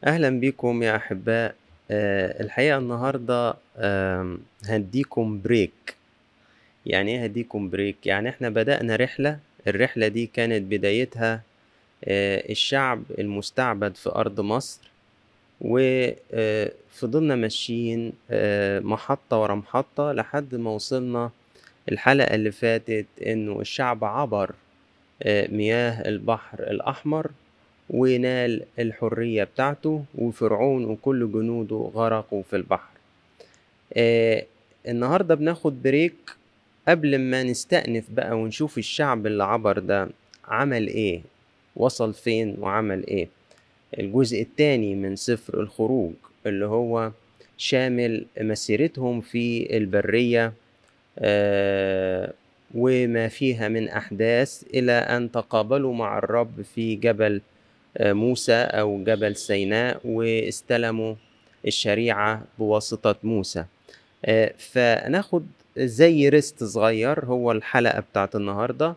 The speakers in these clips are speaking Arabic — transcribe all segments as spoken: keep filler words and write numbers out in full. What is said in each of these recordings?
أهلا بيكم يا أحباء. آه، الحقيقة النهاردة آم، هديكم بريك. يعني إيه هديكم بريك؟ يعني إحنا بدأنا رحلة. الرحلة دي كانت بدايتها آه، الشعب المستعبد في أرض مصر، وفضلنا ماشيين آه، محطة ورا محطة لحد ما وصلنا الحلقة اللي فاتت إنه الشعب عبر آه، مياه البحر الأحمر ونال الحرية بتاعته، وفرعون وكل جنوده غرقوا في البحر. آه النهاردة بناخد بريك قبل ما نستأنف بقى ونشوف الشعب اللي عبر ده عمل ايه، وصل فين وعمل ايه. الجزء التاني من سفر الخروج اللي هو شامل مسيرتهم في البرية آه وما فيها من أحداث إلى أن تقابلوا مع الرب في جبل موسى أو جبل سيناء واستلموا الشريعة بواسطة موسى. فناخد زي ريست صغير، هو الحلقة بتاعت النهاردة،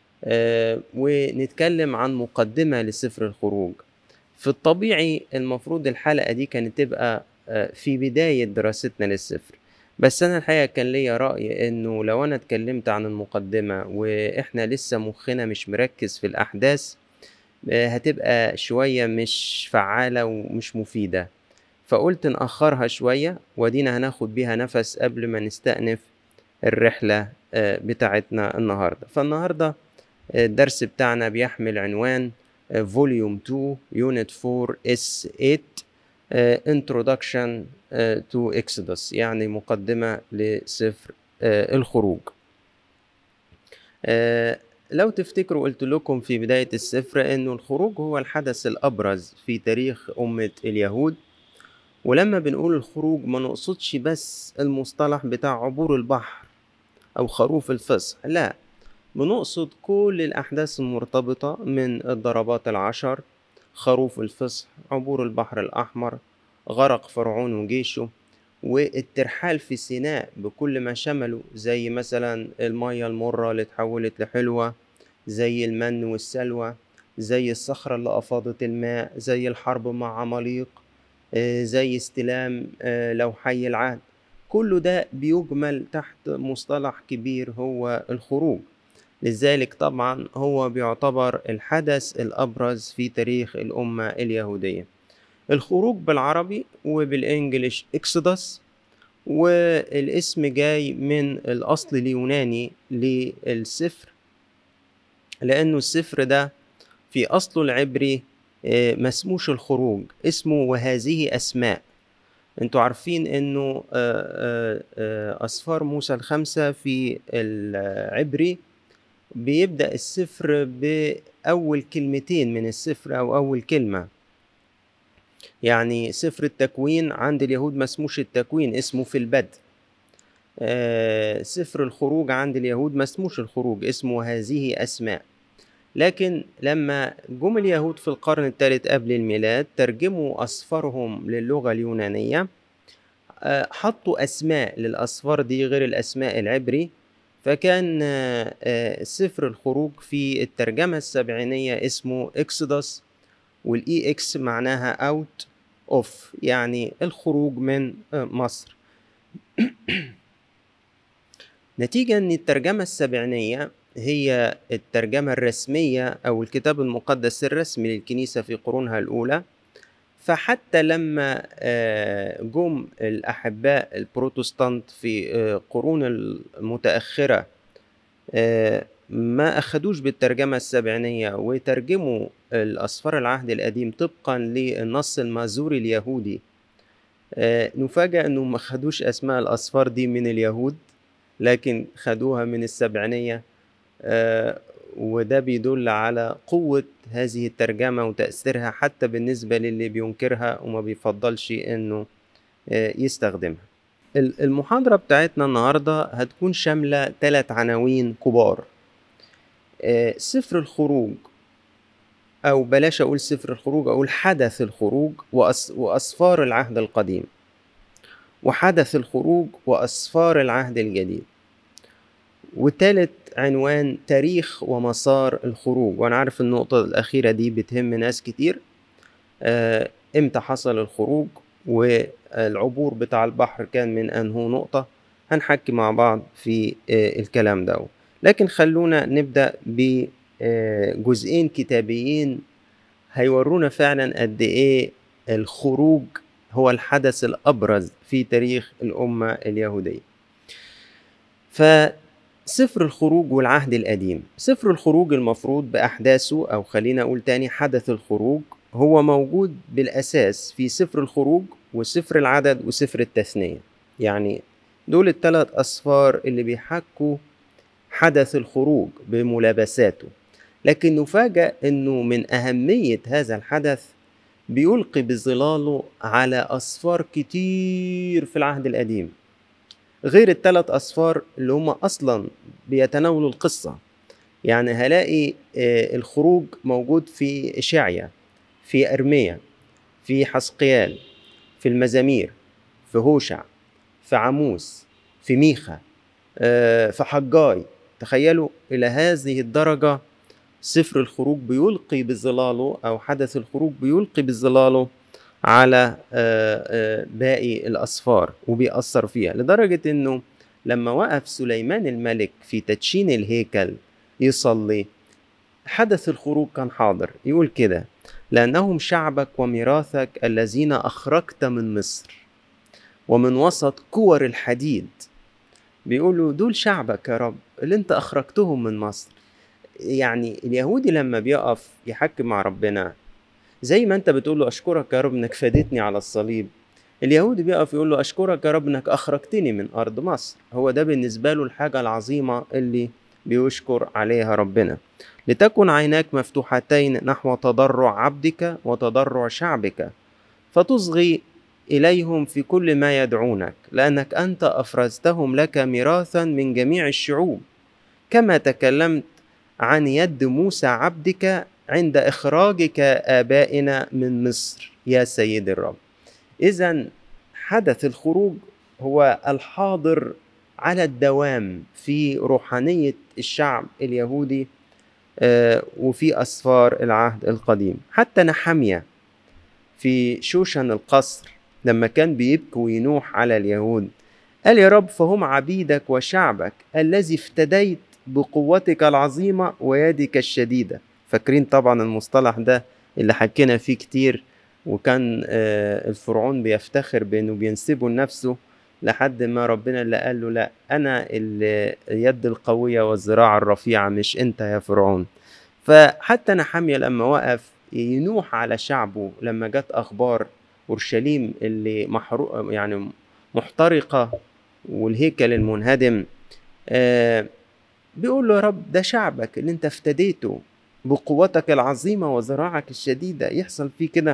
ونتكلم عن مقدمة لسفر الخروج. في الطبيعي المفروض الحلقة دي كانت تبقى في بداية دراستنا للسفر، بس أنا الحقيقة كان ليا رأي إنه لو أنا اتكلمت عن المقدمة وإحنا لسه مخنا مش مركز في الأحداث هتبقى شوية مش فعالة ومش مفيدة، فقلت نأخرها شوية ودينا هناخد بيها نفس قبل ما نستأنف الرحلة بتاعتنا النهاردة. فالنهاردة الدرس بتاعنا بيحمل عنوان فوليوم تو يونت فور اس ثمانية Introduction to Exodus، يعني مقدمة لسفر الخروج. لو تفتكروا قلت لكم في بداية السفر إنه الخروج هو الحدث الأبرز في تاريخ أمة اليهود. ولما بنقول الخروج ما نقصدش بس المصطلح بتاع عبور البحر أو خروف الفصح، لا، بنقصد كل الأحداث المرتبطة من الضربات العشر، خروف الفصح، عبور البحر الأحمر، غرق فرعون وجيشه، والترحال في سيناء بكل ما شمله، زي مثلا المية المرة اللي اتحولت لحلوة، زي المن والسلوى، زي الصخرة اللي أفاضت الماء، زي الحرب مع عماليق، زي استلام لوحي العهد. كله ده بيجمل تحت مصطلح كبير هو الخروج. لذلك طبعا هو بيعتبر الحدث الأبرز في تاريخ الأمة اليهودية. الخروج بالعربي وبالإنجليش إكسودس، والاسم جاي من الأصل اليوناني للسفر، لأنه السفر ده في أصله العبري ما اسموش الخروج، اسمه وهذه أسماء. انتوا عارفين انه أسفار موسى الخمسة في العبري بيبدأ السفر بأول كلمتين من السفر أو أول كلمة. يعني سفر التكوين عند اليهود ما اسموش التكوين، اسمه في البدء. آه سفر الخروج عند اليهود ما اسموش الخروج، اسمه هذه أسماء. لكن لما جم اليهود في القرن الثالث قبل الميلاد ترجموا أسفارهم للغة اليونانية، آه حطوا أسماء للأسفار دي غير الأسماء العبري. فكان آه سفر الخروج في الترجمة السبعينية اسمه إكسودس، والإي إكس معناها أوت أوف، يعني الخروج من مصر. نتيجة أن الترجمة السبعينية هي الترجمة الرسمية أو الكتاب المقدس الرسمي للكنيسة في قرونها الأولى، فحتى لما جم الأحباء البروتستانت في قرون المتأخرة ما أخدوش بالترجمة السبعينية وترجموا الأسفار العهد القديم طبقا للنص المازوري اليهودي، نفاجأ أنه ما خدوش أسماء الأسفار دي من اليهود لكن خدوها من السبعينية. وده بيدل على قوة هذه الترجمة وتأثيرها حتى بالنسبة للي بينكرها وما بيفضلش أنه يستخدمها. المحاضرة بتاعتنا النهاردة هتكون شاملة ثلاث عناوين كبار: سفر الخروج، أو بلاش أقول سفر الخروج، أقول حدث الخروج وأسفار العهد القديم، وحدث الخروج وأسفار العهد الجديد، وثالث عنوان تاريخ ومسار الخروج. وأنا عارف النقطة الأخيرة دي بتهم ناس كتير. امتى حصل الخروج والعبور بتاع البحر كان من انهو نقطة. هنحكي مع بعض في آه، الكلام ده. لكن خلونا نبدأ بجزئين كتابيين هيورونا فعلا قد ايه الخروج هو الحدث الأبرز في تاريخ الأمة اليهودية. فسفر الخروج والعهد القديم، سفر الخروج المفروض بأحداثه، أو خلينا أقول تاني حدث الخروج، هو موجود بالأساس في سفر الخروج وسفر العدد وسفر التثنية. يعني دول الثلاث أسفار اللي بيحكوا حدث الخروج بملابساته. لكن نفاجأ أنه من أهمية هذا الحدث بيلقي بظلاله على أسفار كتير في العهد القديم، غير الثلاث أسفار اللي هم أصلا بيتناولوا القصة. يعني هلاقي الخروج موجود في إشعيا، في أرميا، في حسقيال، في المزامير، في هوشع، في عموس، في ميخا، في حجاي. تخيلوا إلى هذه الدرجة سفر الخروج بيلقي بظلاله، أو حدث الخروج بيلقي بظلاله على باقي الأسفار وبيأثر فيها، لدرجة أنه لما وقف سليمان الملك في تدشين الهيكل يصلي، حدث الخروج كان حاضر. يقول كده: لأنهم شعبك وميراثك الذين أخرجت من مصر ومن وسط كور الحديد. بيقولوا دول شعبك يا رب اللي انت أخرجتهم من مصر. يعني اليهودي لما بيقف يحكي مع ربنا، زي ما انت بتقول له أشكرك يا رب انك فادتني على الصليب، اليهودي بيقف يقول له أشكرك يا رب انك أخرجتني من أرض مصر. هو ده بالنسبة له الحاجة العظيمة اللي بيشكر عليها ربنا. لتكن عيناك مفتوحتين نحو تضرع عبدك وتضرع شعبك، فتصغي إليهم في كل ما يدعونك، لأنك أنت أفرزتهم لك ميراثا من جميع الشعوب، كما تكلمت عن يد موسى عبدك عند إخراجك آبائنا من مصر يا سيد الرب. إذن حدث الخروج هو الحاضر على الدوام في روحانية الشعب اليهودي وفي أسفار العهد القديم. حتى نحمية في شوشن القصر لما كان بيبكي وينوح على اليهود قال: يا رب فهم عبيدك وشعبك الذي افتديت بقوتك العظيمة ويدك الشديدة. فاكرين طبعا المصطلح ده اللي حكينا فيه كتير، وكان الفرعون بيفتخر بأنه بينسبه لنفسه، لحد ما ربنا اللي قال له: لا، أنا اليد القوية والذراع الرفيعة، مش أنت يا فرعون. فحتى نحمية لما وقف ينوح على شعبه لما جت أخبار أورشليم اللي محروق يعني محترقة والهيكل المنهدم، آه بيقول له: يا رب ده شعبك اللي انت افتديته بقوتك العظيمة وذراعك الشديدة، يحصل فيه كده.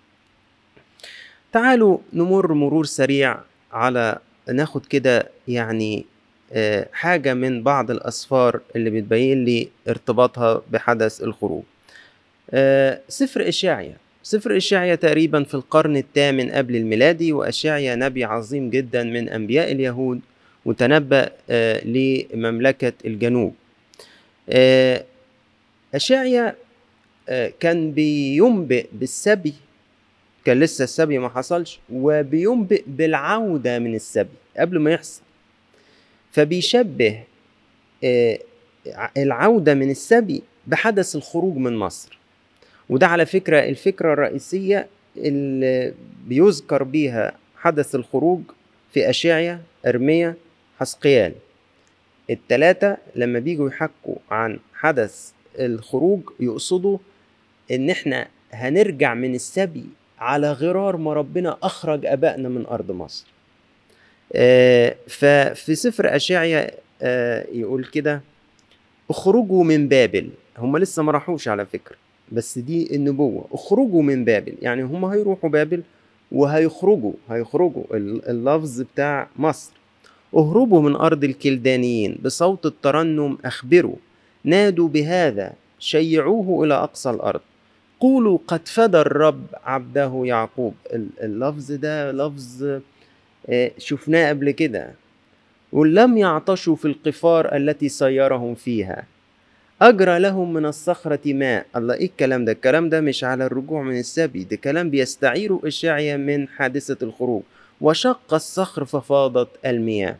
تعالوا نمر مرور سريع على ناخد كده يعني آه حاجة من بعض الأسفار اللي بتبين لي ارتباطها بحدث الخروج. آه سفر إشعيا، سفر إشعيا تقريبا في القرن الثامن قبل الميلادي، وإشعيا نبي عظيم جدا من أنبياء اليهود، وتنبأ آه لمملكة الجنوب. آه إشعيا آه كان بينبئ بالسبي، كان لسه السبي ما حصلش، وبينبئ بالعودة من السبي قبل ما يحصل. فبيشبه آه العودة من السبي بحدث الخروج من مصر. وده على فكرة الفكرة الرئيسية اللي بيذكر بيها حدث الخروج في أشعيا، أرميا، حسقيال. التلاتة لما بيجوا يحكوا عن حدث الخروج يقصدوا إن إحنا هنرجع من السبي على غرار ما ربنا أخرج أبائنا من أرض مصر. آه ففي سفر أشعيا آه يقول كده: اخرجوا من بابل. هم لسه ما راحوش على فكرة، بس دي النبوة. اخرجوا من بابل، يعني هم هيروحوا بابل وهيخرجوا هيخرجوا اللفظ بتاع مصر. اهربوا من أرض الكلدانيين، بصوت الترنم أخبروا، نادوا بهذا، شيعوه إلى أقصى الأرض، قولوا قد فدى الرب عبده يعقوب. اللفظ ده لفظ شفناه قبل كده. ولم يعطشوا في القفار التي سيرهم فيها، أجرى لهم من الصخرة ماء. الله، إيه الكلام ده؟ الكلام ده مش على الرجوع من السبي، ده كلام بيستعيره إشعيا من حادثة الخروج. وشق الصخر ففاضت المياه.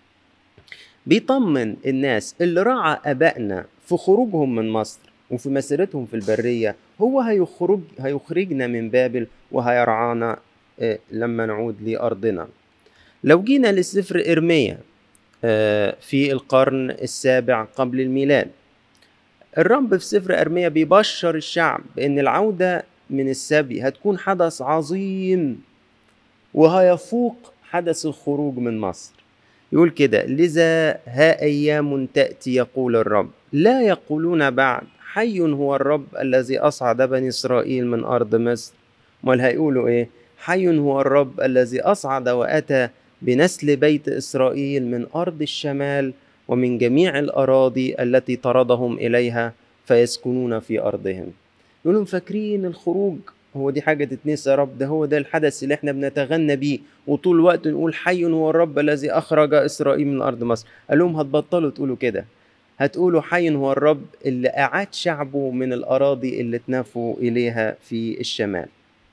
بيطمن الناس اللي رعى أبائنا في خروجهم من مصر وفي مسيرتهم في البرية، هو هيخرج هيخرجنا من بابل وهيرعانا آه، لما نعود لأرضنا. لو جينا لسفر إرميا آه، في القرن السابع قبل الميلاد، الرب في سفر أرميا بيبشر الشعب بأن العودة من السبي هتكون حدث عظيم وهيفوق حدث الخروج من مصر. يقول كده: لذا ها أيام تأتي يقول الرب، لا يقولون بعد حي هو الرب الذي أصعد بني إسرائيل من أرض مصر. امال هيقولوا إيه؟ حي هو الرب الذي أصعد وأتى بنسل بيت إسرائيل من أرض الشمال ومن جميع الأراضي التي طردهم إليها فيسكنون في أرضهم. يقولون فاكرين الخروج؟ هو دي حاجة تتنسى يا رب؟ ده هو ده الحدث اللي احنا بنتغنى بيه وطول الوقت نقول حي هو الرب الذي أخرج إسرائيل من أرض مصر. قال لهم هتبطلوا تقولوا كده، هتقولوا حي هو الرب اللي أعاد شعبه من الأراضي اللي اتنفوا إليها في الشمال.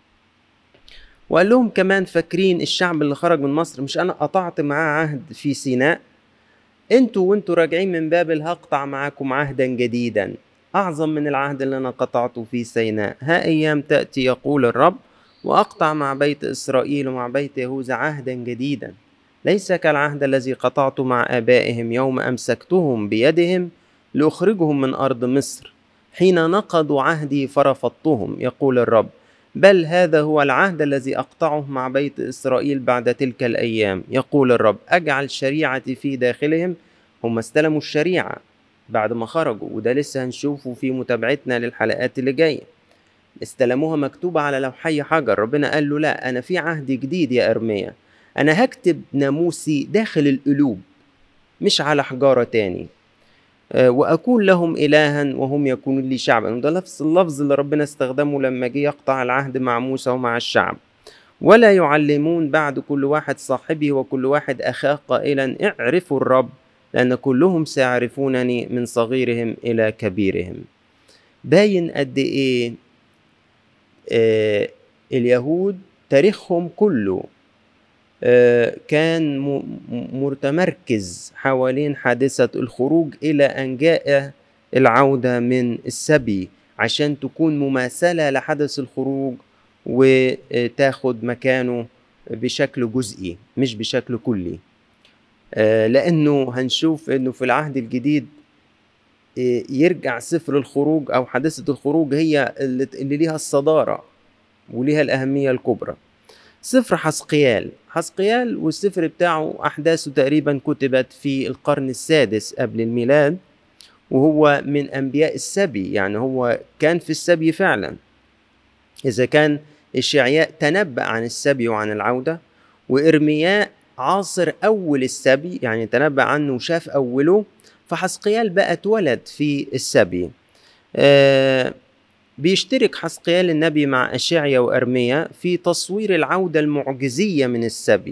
وقال لهم كمان فاكرين الشعب اللي خرج من مصر؟ مش أنا قطعت معاه عهد في سيناء؟ انتوا وانتوا راجعين من بابل هقطع معاكم عهدا جديدا أعظم من العهد اللي أنا قطعته في سيناء. ها أيام تأتي يقول الرب وأقطع مع بيت إسرائيل ومع بيت يهوذا عهدا جديدا ليس كالعهد الذي قطعت مع آبائهم يوم أمسكتهم بيدهم لأخرجهم من أرض مصر حين نقضوا عهدي فرفضتهم يقول الرب، بل هذا هو العهد الذي أقطعه مع بيت إسرائيل بعد تلك الأيام يقول الرب، أجعل شريعتي في داخلهم. هم استلموا الشريعة بعد ما خرجوا، وده لسه هنشوفه في متابعتنا للحلقات اللي جاية. استلموها مكتوبة على لوحي حجر. ربنا قال له لا، أنا في عهد جديد يا أرميا، أنا هكتب ناموسي داخل القلوب مش على حجارة تاني، وأكون لهم إلها وهم يكونون لي شعبا. وده نفس اللفظ اللي ربنا استخدمه لما جه يقطع العهد مع موسى ومع الشعب. ولا يعلمون بعد كل واحد صاحبه وكل واحد أخاه قائلا اعرفوا الرب، لأن كلهم سيعرفونني من صغيرهم إلى كبيرهم. باين قد إيه آه اليهود تاريخهم كله آه كان متمركز حوالين حادثة الخروج إلى أن جاء العودة من السبي عشان تكون مماثلة لحدث الخروج وتاخد مكانه بشكل جزئي مش بشكل كلي. آه لأنه هنشوف أنه في العهد الجديد آه يرجع سفر الخروج أو حادثة الخروج هي اللي, اللي ليها الصدارة وليها الأهمية الكبرى. سفر حسقيال حسقيال والسفر بتاعه أحداثه تقريبا كتبت في القرن السادس قبل الميلاد، وهو من أنبياء السبي، يعني هو كان في السبي فعلا. إذا كان إشعياء تنبأ عن السبي وعن العودة، وإرمياء عاصر أول السبي يعني تنبأ عنه وشاف أوله، فحسقيال بقى اتولد في السبي. آه بيشترك حسقيال النبي مع أشعيا وأرميا في تصوير العودة المعجزية من السبي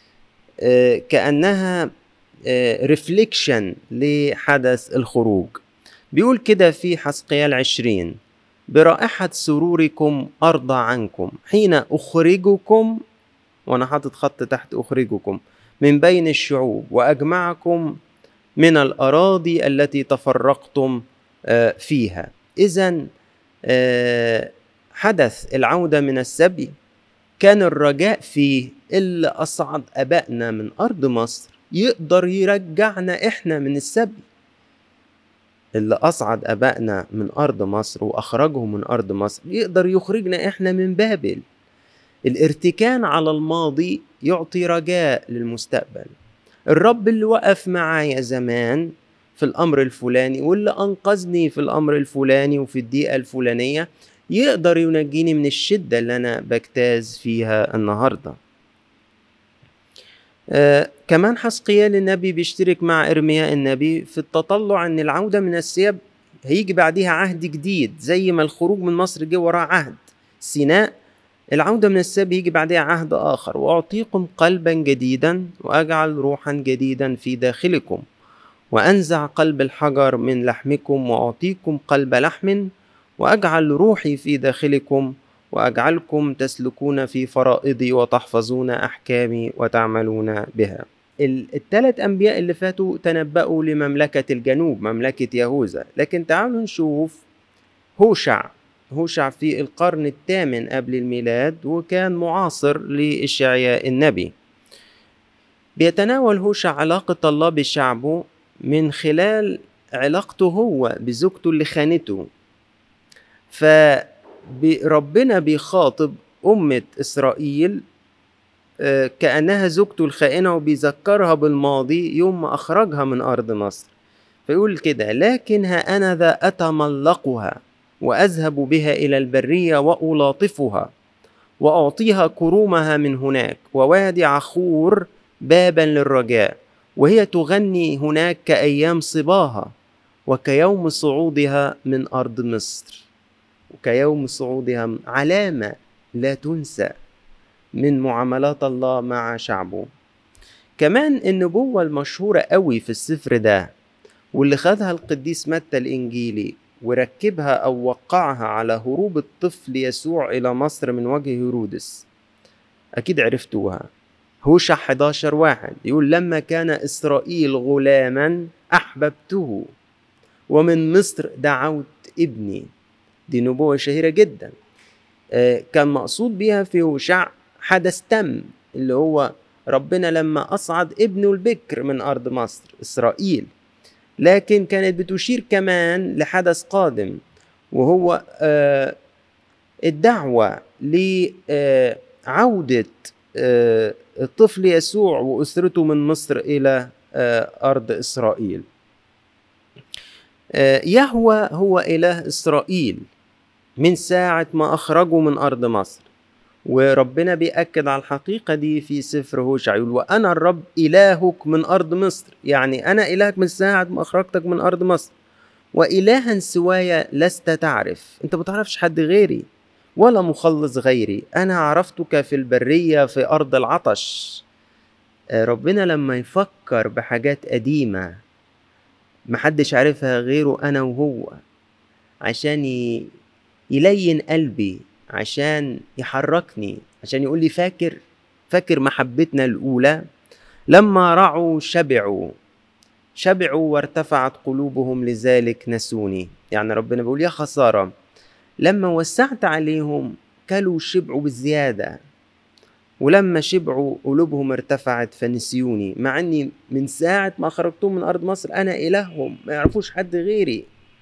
آه كأنها آه ريفليكشن لحدث الخروج. بيقول كده في حسقيال عشرين: برائحة سروركم أرضى عنكم حين أخرجكم، وأنا حاطط خط تحت أخرجكم، من بين الشعوب وأجمعكم من الأراضي التي تفرقتم آه فيها. إذن آه حدث العودة من السبي كان الرجاء فيه اللي أصعد أبائنا من أرض مصر يقدر يرجعنا إحنا من السبي. اللي أصعد أبائنا من أرض مصر وأخرجهم من أرض مصر يقدر يخرجنا إحنا من بابل. الارتكان على الماضي يعطي رجاء للمستقبل. الرب اللي وقف معايا زمان في الأمر الفلاني واللي أنقذني في الأمر الفلاني وفي الدقيقة الفلانية يقدر ينجيني من الشدة اللي أنا بجتاز فيها النهاردة. آه كمان حسقيال النبي بيشترك مع إرمياء النبي في التطلع أن العودة من السبي هيجي بعدها عهد جديد، زي ما الخروج من مصر جه وراه عهد سيناء، العودة من السبي يجي بعدها عهد آخر: وأعطيكم قلبا جديدا وأجعل روحا جديدا في داخلكم وأنزع قلب الحجر من لحمكم وأعطيكم قلب لحم، وأجعل روحي في داخلكم، وأجعلكم تسلكون في فرائضي وتحفظون أحكامي وتعملون بها. الثلاث أنبياء اللي فاتوا تنبأوا لمملكة الجنوب، مملكة يهوذا، لكن تعالوا نشوف هوشع. هوشع في القرن الثامن قبل الميلاد، وكان معاصر لإشعياء النبي. بيتناول هوشع علاقة الله بشعبه من خلال علاقته هو بزوجته اللي خانته. فربنا بيخاطب أمة إسرائيل كأنها زوجته الخائنة، وبيذكرها بالماضي يوم ما أخرجها من أرض مصر. فيقول كده: لكنها أنا ذا أتملقها وأذهب بها إلى البرية وألاطفها، وأعطيها كرومها من هناك، ووادي عخور بابا للرجاء، وهي تغني هناك كأيام صباها وكيوم صعودها من أرض مصر. وكيوم صعودها، علامة لا تنسى من معاملات الله مع شعبه. كمان النبوة المشهورة قوي في السفر ده، واللي خدها القديس متى الإنجيلي وركبها أو وقعها على هروب الطفل يسوع إلى مصر من وجه هيرودس، أكيد عرفتوها. هوشع حداشر واحد يقول: لما كان إسرائيل غلاما أحببته، ومن مصر دعوت ابني. دي نبوة شهيرة جدا. آه كان مقصود بيها في هوشع حدث تم، اللي هو ربنا لما أصعد ابنه البكر من أرض مصر إسرائيل. لكن كانت بتشير كمان لحدث قادم، وهو آه الدعوة لعودة آه الطفل يسوع وأسرته من مصر إلى آه أرض إسرائيل. آه يهوه هو إله إسرائيل من ساعة ما أخرجوا من أرض مصر، وربنا بيأكد على الحقيقة دي في سفر هوشع، يقول: وأنا الرب إلهك من أرض مصر. يعني أنا إلهك من ساعة ما أخرجتك من أرض مصر، وإلها سوايا لست تعرف. أنت بتعرفش حد غيري ولا مخلص غيري. أنا عرفتك في البرية في أرض العطش. ربنا لما يفكر بحاجات قديمة محدش عارفها غيره أنا وهو، عشان يلين قلبي، عشان يحركني، عشان يقول لي: فاكر فاكر محبتنا الأولى لما رعوا شبعوا شبعوا وارتفعت قلوبهم لذلك نسوني. يعني ربنا بيقول: يا خسارة، لما وسعت عليهم كلوا شبعوا بالزيادة، ولما شبعوا قلوبهم ارتفعت فنسيوني. مع اني من ساعة ما خرجتهم من أرض مصر أنا إلههم، ما يعرفوش حد غيري.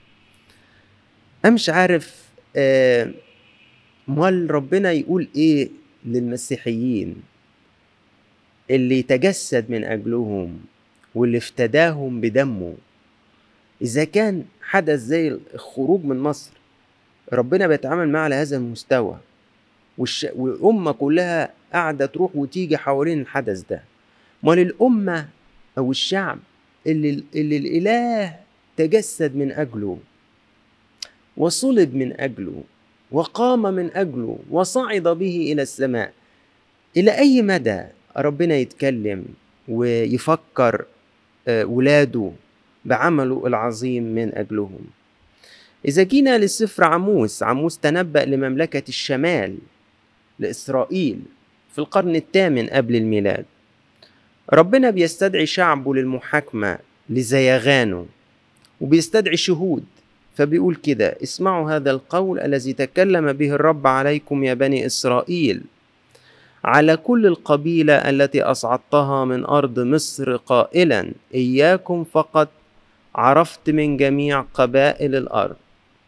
أمش عارف آه مال ربنا يقول إيه للمسيحيين اللي تجسد من أجلهم واللي افتداهم بدمه. إذا كان حدث زي الخروج من مصر ربنا بيتعامل معه على هذا المستوى، والش... والأمة كلها قاعدة تروح وتيجي حوالين الحدث ده، مال الأمة أو الشعب اللي, اللي الإله تجسد من أجله وصلب من أجله وقام من أجله وصعد به إلى السماء، إلى أي مدى ربنا يتكلم ويفكر ولاده بعمله العظيم من أجلهم. إذا جينا للسفر عموس، عموس تنبأ لمملكة الشمال لإسرائيل في القرن الثامن قبل الميلاد. ربنا بيستدعي شعبه للمحاكمة لزيغانه، وبيستدعي شهود. فبيقول كده: اسمعوا هذا القول الذي تكلم به الرب عليكم يا بني إسرائيل، على كل القبيلة التي أصعدتها من أرض مصر، قائلا: إياكم فقط عرفت من جميع قبائل الأرض.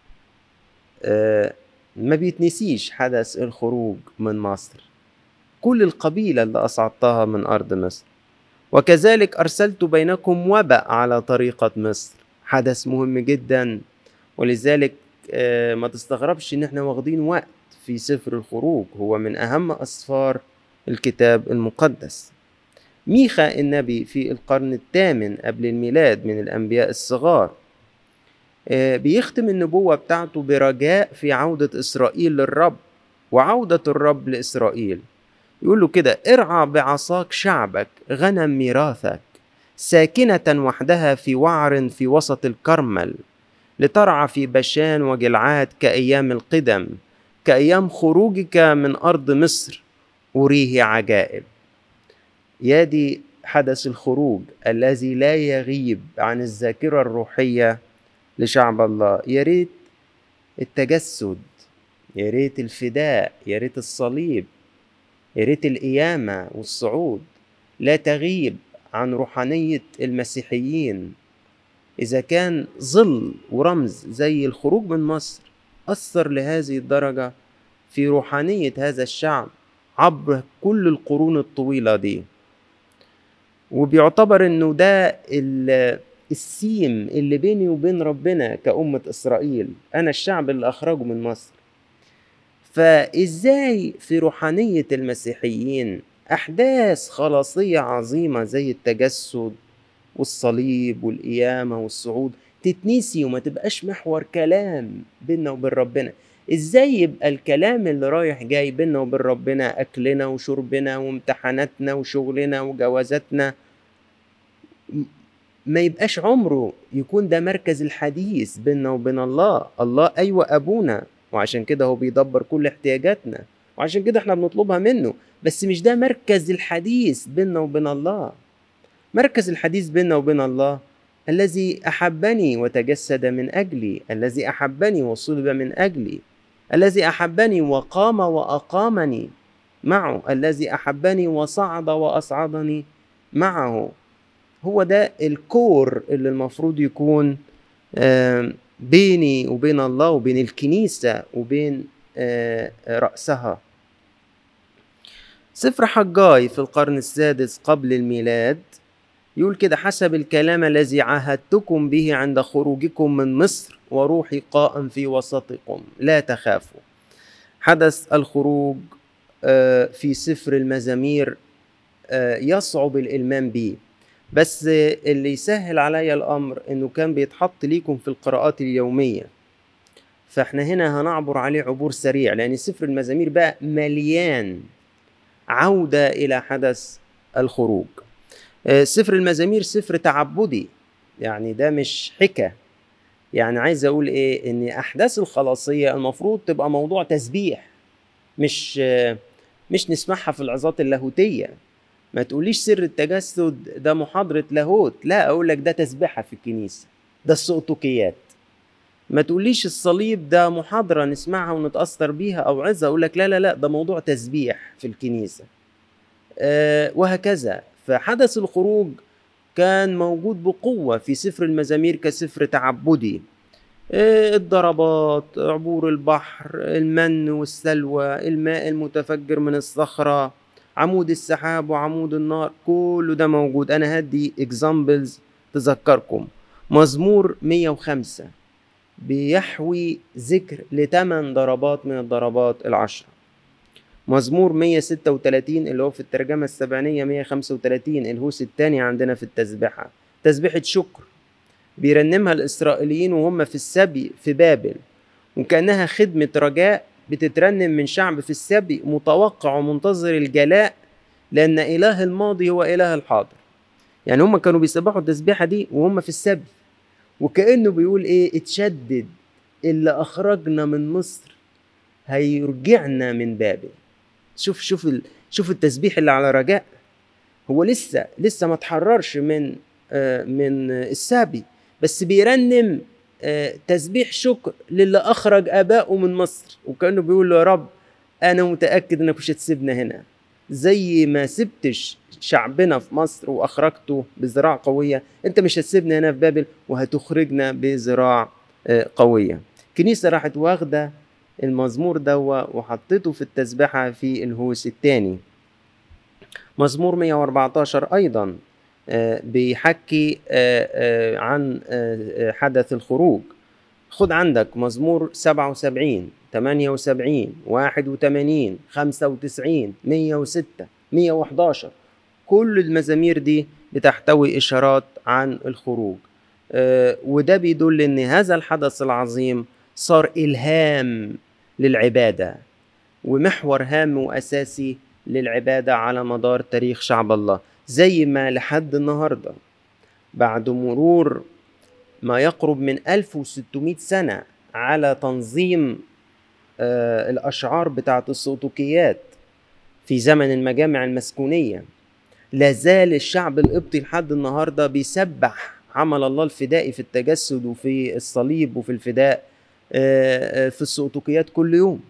أه ما بيتنسيش حدث الخروج من مصر، كل القبيلة اللي أصعدتها من أرض مصر. وكذلك أرسلت بينكم وباء على طريقة مصر. حدث مهم جدا، ولذلك أه ما تستغربش إن احنا واخدين وقت في سفر الخروج، هو من أهم أسفار الكتاب المقدس. ميخا النبي في القرن الثامن قبل الميلاد من الأنبياء الصغار، بيختم النبوة بتاعته برجاء في عودة إسرائيل للرب وعودة الرب لإسرائيل. يقول له كده: ارعى بعصاك شعبك غنم ميراثك، ساكنة وحدها في وعر في وسط الكرمل، لترعى في بشان وجلعاد كأيام القدم، كأيام خروجك من أرض مصر أريه عجائب. يادي حدث الخروج الذي لا يغيب عن الذاكرة الروحية لشعب الله. يا ريت التجسد، يا ريت الفداء، يا ريت الصليب، يا ريت القيامة والصعود لا تغيب عن روحانية المسيحيين. إذا كان ظل ورمز زي الخروج من مصر أثر لهذه الدرجة في روحانية هذا الشعب عبر كل القرون الطويلة دي، وبيعتبر إنه ده السيم اللي بيني وبين ربنا كأمة إسرائيل، أنا الشعب اللي أخرجه من مصر. فإزاي في روحانية المسيحيين أحداث خلاصية عظيمة زي التجسد والصليب والقيامة والصعود تتنسي وما تبقاش محور كلام بيننا وبين ربنا؟ ازاي يبقى الكلام اللي رايح جاي بيننا وبين ربنا أكلنا وشربنا وامتحاناتنا وشغلنا وجوازاتنا ما يبقاش عمره يكون ده مركز الحديث بيننا وبين الله؟ الله أيوة أبونا، وعشان كده هو بيدبر كل احتياجاتنا، وعشان كده احنا بنطلبها منه، بس مش ده مركز الحديث بيننا وبين الله. مركز الحديث بيننا وبين الله الذي أحبني وتجسد من أجلي، الذي أحبني وصلب من أجلي، الذي أحبني وقام وأقامني معه، الذي أحبني وصعد وأصعدني معه. هو ده الكور اللي المفروض يكون بيني وبين الله وبين الكنيسة وبين رأسها. سفر حجاي في القرن السادس قبل الميلاد يقول كده: حسب الكلام الذي عاهدتكم به عند خروجكم من مصر وروحي قائم في وسطكم لا تخافوا. حدث الخروج في سفر المزامير يصعب الإلمام به، بس اللي يسهل عليا الأمر إنه كان بيتحط ليكم في القراءات اليومية، فإحنا هنا هنعبر عليه عبور سريع، لأن سفر المزامير بقى مليان عودة إلى حدث الخروج. سفر المزامير سفر تعبدي، يعني ده مش حكا. يعني عايز أقول إيه؟ إن أحداث الخلاصية المفروض تبقى موضوع تسبيح، مش مش نسمعها في العظات اللاهوتية. ما تقوليش سر التجسد ده محاضرة لاهوت، لا، أقول لك ده تسبيحة في الكنيسة، ده السقطوكيات. ما تقوليش الصليب ده محاضرة نسمعها ونتأثر بيها أو عظة، أقول لك لا لا لا، ده موضوع تسبيح في الكنيسة. أه وهكذا. فحدث الخروج كان موجود بقوة في سفر المزامير كسفر تعبدي. أه الضربات، عبور البحر، المن والسلوى، الماء المتفجر من الصخرة، عمود السحاب وعمود النار، كل ده موجود. أنا هدي examples تذكركم. مزمور مية وخمسة بيحوي ذكر لثمان ضربات من الضربات العشرة. مزمور مية وستة وتلاتين اللي هو في الترجمة السبعينية مية وخمسة وتلاتين الهوس الثاني عندنا في التسبيحة، تسبيحة شكر بيرنمها الإسرائيليين وهم في السبي في بابل، وكأنها خدمة رجاء بتترنم من شعب في السبي متوقع ومنتظر الجلاء، لأن إله الماضي هو إله الحاضر. يعني هم كانوا بيسبحوا التسبيحة دي وهم في السبي، وكأنه بيقول إيه؟ اتشدد اللي أخرجنا من مصر هيرجعنا من بابل. شوف شوف ال... شوف التسبيح اللي على رجاء. هو لسه لسه ما تحررش من آه من السبي، بس بيرنم آه تسبيح شكر للي أخرج آبائه من مصر، وكأنه بيقول له يا رب أنا متأكد إنك مش هتسيبنا هنا، زي ما سبتش شعبنا في مصر وأخرجته بذراع قوية، أنت مش هتسيبنا هنا في بابل وهتخرجنا بذراع آه قوية. كنيسة راحت واخدة المزمور ده وحطيته في التسبيحة في الهوس الثاني. مزمور مية وأربعتاشر أيضا بيحكي عن حدث الخروج. خد عندك مزمور سبعة وسبعين، تمانية وسبعين، واحد وتمانين، خمسة وتسعين، مية وستة، مية وحداشر، كل المزامير دي بتحتوي إشارات عن الخروج، وده بيدل إن هذا الحدث العظيم صار إلهام للعبادة ومحور هام وأساسي للعبادة على مدار تاريخ شعب الله، زي ما لحد النهاردة بعد مرور ما يقرب من ألف وستمائة سنة على تنظيم آه الأشعار بتاعة السلطوكيات في زمن المجامع المسكونية، لازال الشعب القبطي لحد النهاردة بيسبح عمل الله الفدائي في التجسد وفي الصليب وفي الفداء في السلطوكيات كل يوم،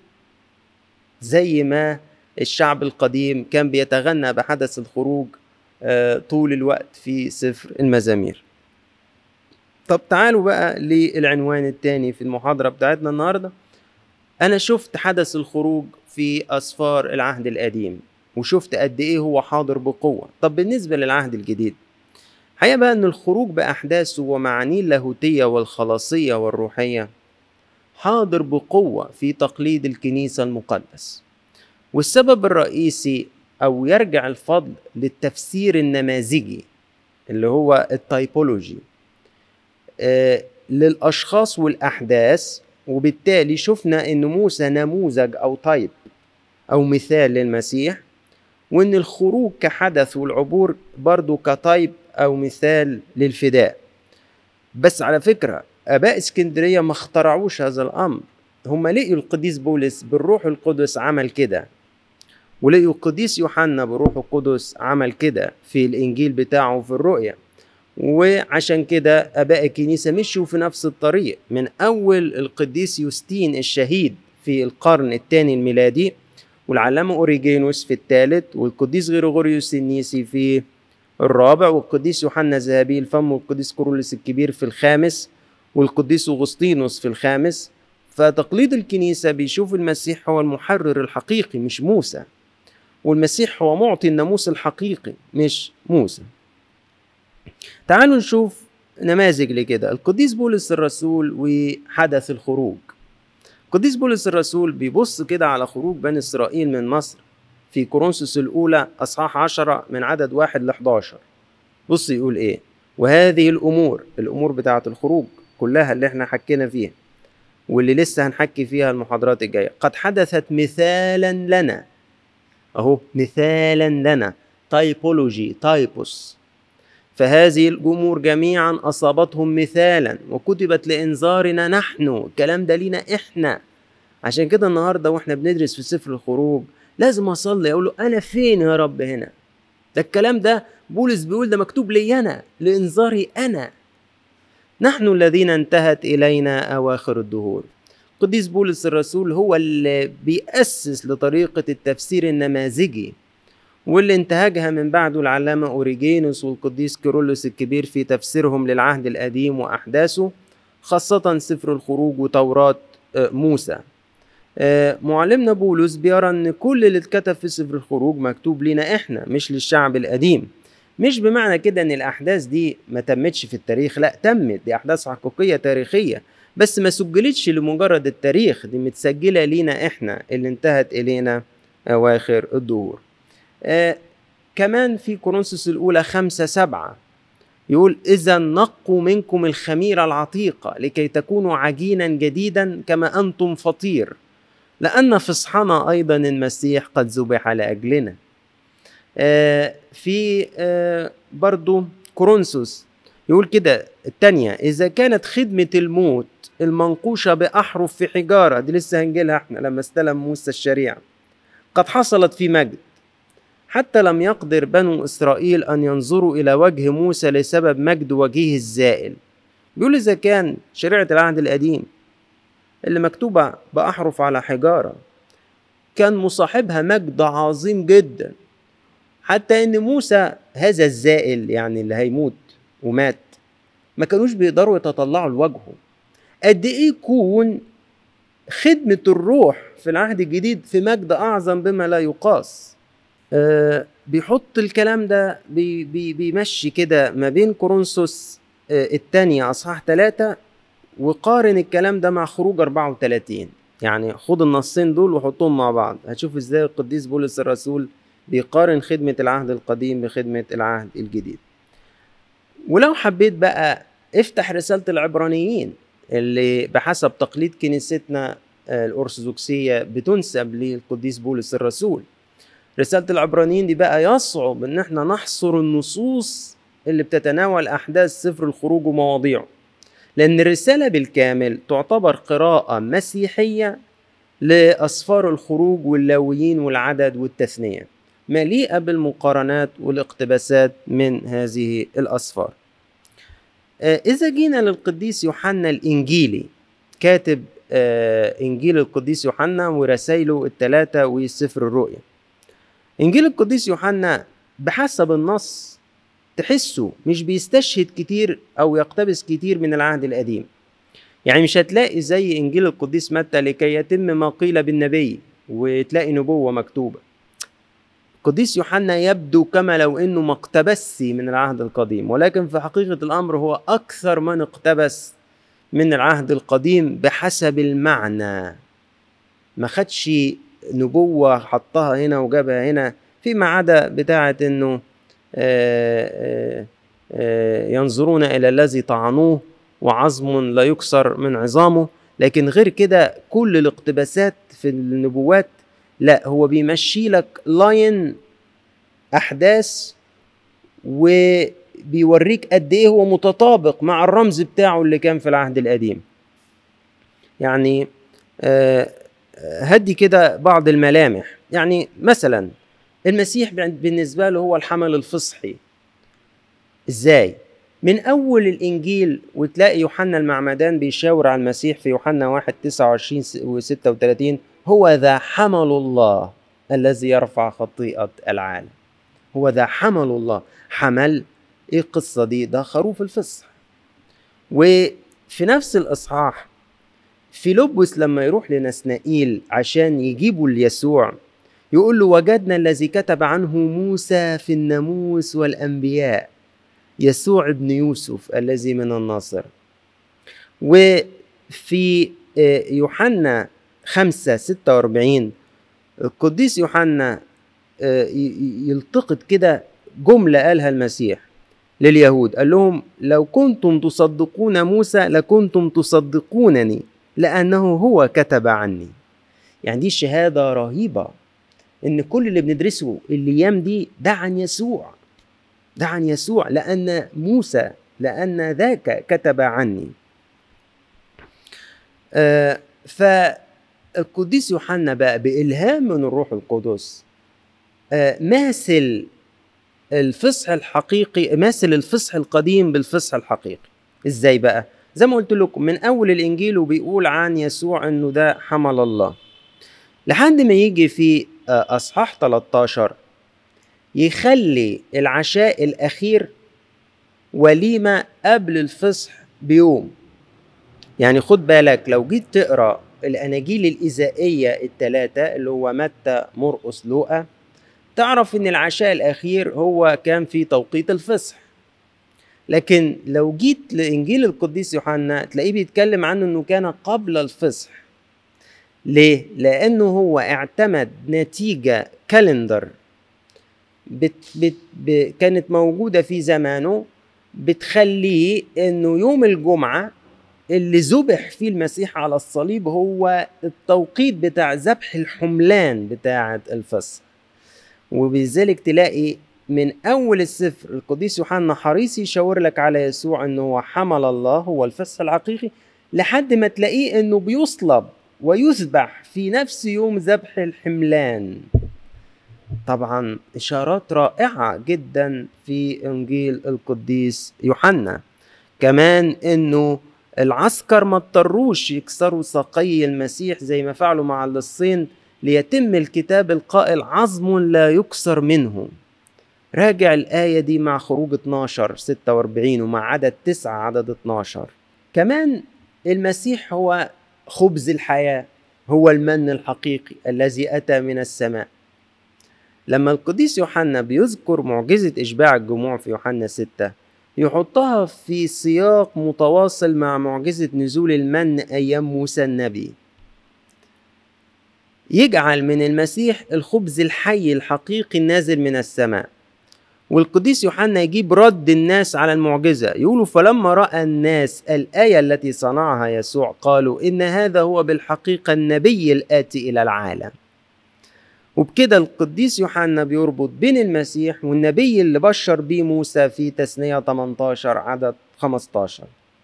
زي ما الشعب القديم كان بيتغنى بحدث الخروج طول الوقت في سفر المزامير. طب تعالوا بقى للعنوان الثاني في المحاضرة بتاعتنا النهاردة. أنا شفت حدث الخروج في أسفار العهد القديم وشفت قد إيه هو حاضر بقوة. طب بالنسبة للعهد الجديد، حقيقة بقى أن الخروج بأحداثه ومعانيه اللاهوتية والخلاصية والروحية حاضر بقوة في تقليد الكنيسة المقدس، والسبب الرئيسي أو يرجع الفضل للتفسير النماذجي اللي هو التايبولوجي آه للأشخاص والأحداث. وبالتالي شفنا أن موسى نموذج أو تايب أو مثال للمسيح، وأن الخروج كحدث والعبور برضو كتايب أو مثال للفداء. بس على فكرة آباء اسكندرية ما اخترعوش هذا الأمر، هم لقيوا القديس بولس بالروح القدس عمل كده، ولقيوا القديس يوحنا بالروح القدس عمل كده في الإنجيل بتاعه في الرؤيا. وعشان كده آباء الكنيسة مشوا في نفس الطريق، من أول القديس يوستين الشهيد في القرن الثاني الميلادي، والعلامة أوريجينوس في الثالث، والقديس غريغوريوس النيسي في الرابع، والقديس يوحنا ذهبي الفم، والقديس كورولوس الكبير في الخامس، والقديس أغسطينوس في الخامس. فتقليد الكنيسة بيشوف المسيح هو المحرر الحقيقي مش موسى، والمسيح هو معطي الناموس الحقيقي مش موسى. تعالوا نشوف نماذج لكده. القديس بولس الرسول وحدث الخروج. القديس بولس الرسول بيبص كده على خروج بني إسرائيل من مصر في كورنثوس الأولى أصحاح عشرة من عدد واحد لحداشر. بص يقول إيه: وهذه الأمور، الأمور بتاعة الخروج كلها اللي احنا حكينا فيها واللي لسه هنحكي فيها المحاضرات الجاية، قد حدثت مثالا لنا. أهو مثالا لنا، تايبولوجي، تايبوس. فهذه الأمور جميعا أصابتهم مثالا وكتبت لإنذارنا نحن. الكلام ده لينا إحنا. عشان كده النهاردة وإحنا بندرس في سفر الخروج لازم أصلي أقول له أنا فين يا رب هنا؟ ده الكلام ده بولس بيقول ده مكتوب لي أنا، لإنذاري أنا. نحن الذين انتهت إلينا أواخر الدهور. قديس بولس الرسول هو اللي بيأسس لطريقة التفسير النماذجي، واللي انتهجها من بعده العلامة أوريجينوس والقديس كيرلس الكبير في تفسيرهم للعهد القديم وأحداثه، خاصة سفر الخروج وتوراة موسى. معلمنا بولس بيرى أن كل اللي اتكتب في سفر الخروج مكتوب لنا إحنا مش للشعب القديم. مش بمعنى كده أن الأحداث دي ما تمتش في التاريخ، لا، تمت، دي أحداث حقيقية تاريخية، بس ما سجلتش لمجرد التاريخ، دي متسجلة لنا إحنا اللي انتهت إلينا أواخر الدهور. آه كمان في كورنثوس الأولى خمسة سبعة يقول: إذا نقوا منكم الخميرة العتيقة لكي تكونوا عجينا جديدا كما أنتم فطير، لأن فصحنا أيضا المسيح قد ذبح لأجلنا. آه في آه برضو كورنثوس يقول كده التانية: إذا كانت خدمة الموت المنقوشة بأحرف في حجارة، دي لسه هنجيلها احنا لما استلم موسى الشريعة، قد حصلت في مجد، حتى لم يقدر بنو إسرائيل أن ينظروا إلى وجه موسى لسبب مجد وجهه الزائل. بيقول إذا كان شريعة العهد القديم اللي مكتوبة بأحرف على حجارة كان مصاحبها مجد عظيم جدا، حتى إن موسى هذا الزائل يعني اللي هيموت ومات ما كانوش بيقدروا يتطلعوا لوجهه. قد إيه يكون خدمة الروح في العهد الجديد في مجد أعظم بما لا يقاس. أه بيحط الكلام ده بي بي بيمشي كده ما بين كورنثوس أه الثانية أصحاح ثلاثة، وقارن الكلام ده مع خروج أربعة وثلاثين. يعني خد النصين دول وحطهم مع بعض، هتشوف ازاي القديس بولس الرسول بيقارن خدمة العهد القديم بخدمة العهد الجديد. ولو حبيت بقى افتح رسالة العبرانيين اللي بحسب تقليد كنيستنا الأرثوذكسية بتنسب للقديس بولس الرسول. رسالة العبرانيين دي بقى يصعب ان احنا نحصر النصوص اللي بتتناول أحداث سفر الخروج ومواضيعه، لأن الرسالة بالكامل تعتبر قراءة مسيحية لأسفار الخروج واللاويين والعدد والتثنية، مليئة بالمقارنات والاقتباسات من هذه الأسفار. إذا جينا للقديس يوحنا الإنجيلي، كاتب إنجيل القديس يوحنا ورسائله الثلاثة وسفر الرؤيا، إنجيل القديس يوحنا بحسب النص تحسه مش بيستشهد كتير أو يقتبس كتير من العهد القديم. يعني مش هتلاقي زي إنجيل القديس متى لكي يتم ما قيل بالنبي وتلاقي نبوة مكتوبة. القديس يوحنا يبدو كما لو إنه ما اقتبس من العهد القديم، ولكن في حقيقة الأمر هو أكثر من اقتبس من العهد القديم بحسب المعنى. ما خدش نبوة حطها هنا وجابها هنا، فيما عدا بتاعة إنه آآ آآ ينظرون إلى الذي طعنوه وعظم لا يكسر من عظامه. لكن غير كده كل الاقتباسات في النبوات لا، هو بيمشي لك لاين أحداث وبيوريك قد إيه هو متطابق مع الرمز بتاعه اللي كان في العهد القديم. يعني هدي كده بعض الملامح. يعني مثلا المسيح بالنسبة له هو الحمل الفصحي. إزاي؟ من أول الإنجيل وتلاقي يوحنا المعمدان بيشاور على المسيح في يوحنا واحد تسعة وعشرين وستة وثلاثين، هو ذا حمل الله الذي يرفع خطيئة العالم. هو ذا حمل الله. حمل إيه القصة دي؟ ده خروف الفصح. وفي نفس الإصحاح فيلبس لما يروح لنسنائيل عشان يجيبوا ليسوع يقول له وجدنا الذي كتب عنه موسى في الناموس والأنبياء، يسوع ابن يوسف الذي من الناصرة. وفي يوحنا خمسة ستة وأربعين القديس يوحنا يلتقط كده جملة قالها المسيح لليهود، قال لهم لو كنتم تصدقون موسى لكنتم تصدقونني لأنه هو كتب عني. يعني دي شهادة رهيبة إن كل اللي بندرسه الأيام دي ده عن يسوع، ده عن يسوع، لأن موسى لأن ذاك كتب عني. آه فالقديس يوحنا بقى بإلهام من الروح القدس آه ماثل الفصح الحقيقي، ماثل الفصح القديم بالفصح الحقيقي. إزاي بقى؟ زي ما قلت لكم من أول الإنجيل وبيقول عن يسوع إنه ده حمل الله، لحد ما يجي في أصحاح ثلاثة عشر يخلي العشاء الأخير وليمة قبل الفصح بيوم. يعني خد بالك لو جيت تقرأ الأناجيل الإزائية الثلاثة اللي هو متى مرقس لوقا تعرف إن العشاء الأخير هو كان في توقيت الفصح. لكن لو جيت لإنجيل القديس يوحنا تلاقيه بيتكلم عنه إنه كان قبل الفصح. ليه؟ لأنه هو اعتمد نتيجة كالندر بت بت ب كانت موجودة في زمانه بتخليه إنه يوم الجمعة اللي ذبح فيه المسيح على الصليب هو التوقيت بتاع ذبح الحملان بتاعة الفصح. وبذلك تلاقي من أول السفر القديس يوحنا حريص يشاور لك على يسوع إنه هو حمل الله، هو الفصح الحقيقي، لحد ما تلاقيه إنه بيصلب ويذبح في نفس يوم ذبح الحملان. طبعا إشارات رائعة جدا في إنجيل القديس يوحنا. كمان إنه العسكر ما اضطروش يكسروا ساقي المسيح زي ما فعلوا مع اللصين ليتم الكتاب القائل عظم لا يكسر منه. راجع الآية دي مع خروج اتناشر ستة وأربعين ومع عدد تسعة عدد اتناشر. كمان المسيح هو خبز الحياة، هو المن الحقيقي الذي أتى من السماء. لما القديس يوحنا بيذكر معجزة إشباع الجموع في يوحنا ستة يحطها في سياق متواصل مع معجزة نزول المن أيام موسى النبي، يجعل من المسيح الخبز الحي الحقيقي النازل من السماء. والقديس يوحنا يجيب رد الناس على المعجزة، يقولوا فلما رأى الناس الآية التي صنعها يسوع قالوا إن هذا هو بالحقيقة النبي الآتي إلى العالم. وبكده القديس يوحنا بيربط بين المسيح والنبي اللي بشر بيه موسى في تثنية ثمانية عشر عدد خمسة عشر.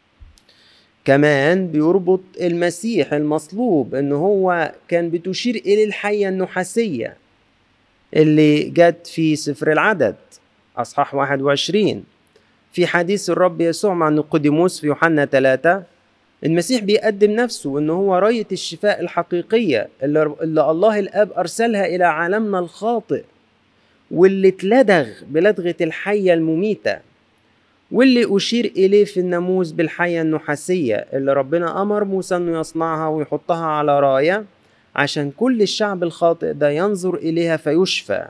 كمان بيربط المسيح المصلوب ان هو كان بتشير الى الحية النحاسية اللي جت في سفر العدد اصحاح واحد وعشرين في حديث الرب يسوع مع نيقوديموس في يوحنا ثلاثة. المسيح بيقدم نفسه ان هو راية الشفاء الحقيقية اللي, اللي الله الاب ارسلها الى عالمنا الخاطئ، واللي اتلدغ بلدغة الحية المميتة، واللي أشير إليه في الناموس بالحية النحاسية اللي ربنا أمر موسى أنه يصنعها ويحطها على راية عشان كل الشعب الخاطئ ده ينظر إليها فيشفى.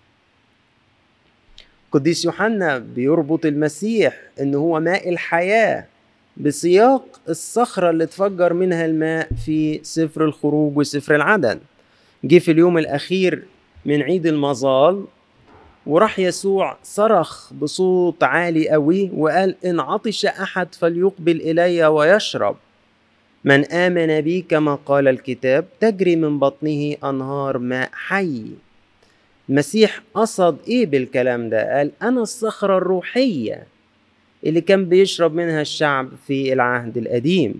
قديس يوحنا بيربط المسيح أنه هو ماء الحياة بسياق الصخرة اللي تفجر منها الماء في سفر الخروج وسفر العدد. جه في اليوم الأخير من عيد المظال وراح يسوع صرخ بصوت عالي قوي وقال: إن عطش أحد فليقبل إلي ويشرب، من آمن بي كما قال الكتاب تجري من بطنه أنهار ماء حي. المسيح قصد إيه بالكلام ده؟ قال: أنا الصخرة الروحية اللي كان بيشرب منها الشعب في العهد القديم.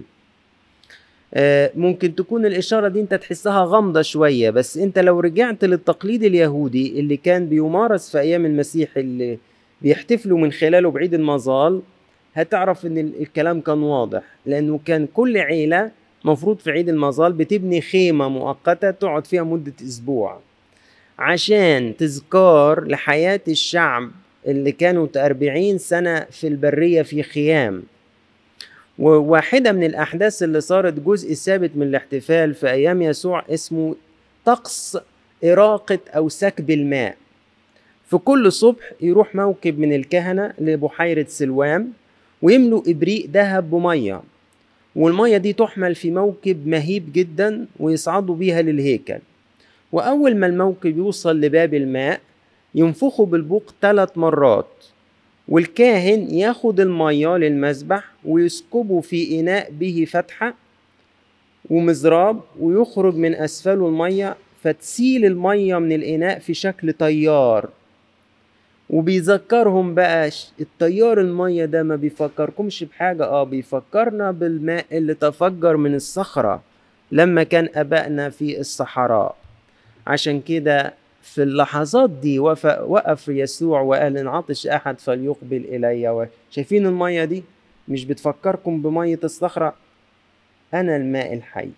ممكن تكون الإشارة دي انت تحسها غامضة شوية، بس انت لو رجعت للتقليد اليهودي اللي كان بيمارس في أيام المسيح اللي بيحتفلوا من خلاله بعيد المظال، هتعرف ان الكلام كان واضح، لأنه كان كل عيلة مفروض في عيد المظال بتبني خيمة مؤقتة تقعد فيها مدة أسبوع عشان تذكار لحياة الشعب اللي كانوا أربعين سنة في البرية في خيام. وواحدة من الأحداث اللي صارت جزء ثابت من الاحتفال في أيام يسوع اسمه طقس إراقة أو سكب الماء. في كل صبح يروح موكب من الكهنة لبحيرة سلوام ويملوا إبريق ذهب بمية، والمية دي تحمل في موكب مهيب جدا ويصعدوا بيها للهيكل. وأول ما الموكب يوصل لباب الماء ينفخوا بالبوق ثلاث مرات، والكاهن ياخد المياه للمذبح ويسكبه في إناء به فتحة ومزراب ويخرج من أسفله المية، فتسيل المية من الإناء في شكل طيار. وبيذكرهم بقى الطيار المية ده ما بيفكركمش بحاجة، اه بيفكرنا بالماء اللي تفجر من الصخرة لما كان أبائنا في الصحراء. عشان كده في اللحظات دي وقف يسوع وقال: إن عطش أحد فليقبل إلي. شايفين المية دي مش بتفكركم بمية الصخرة؟ أنا الماء الحي.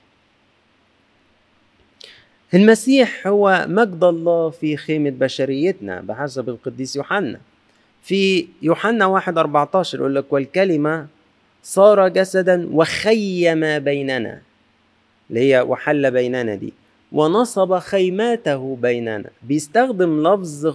المسيح هو مجد الله في خيمة بشريتنا بحسب القديس يوحنا. في يوحنا واحد أربعة عشر يقول لك: والكلمة صار جسدا وخيم بيننا، اللي هي وحل بيننا دي، ونصب خيماته بيننا. بيستخدم لفظ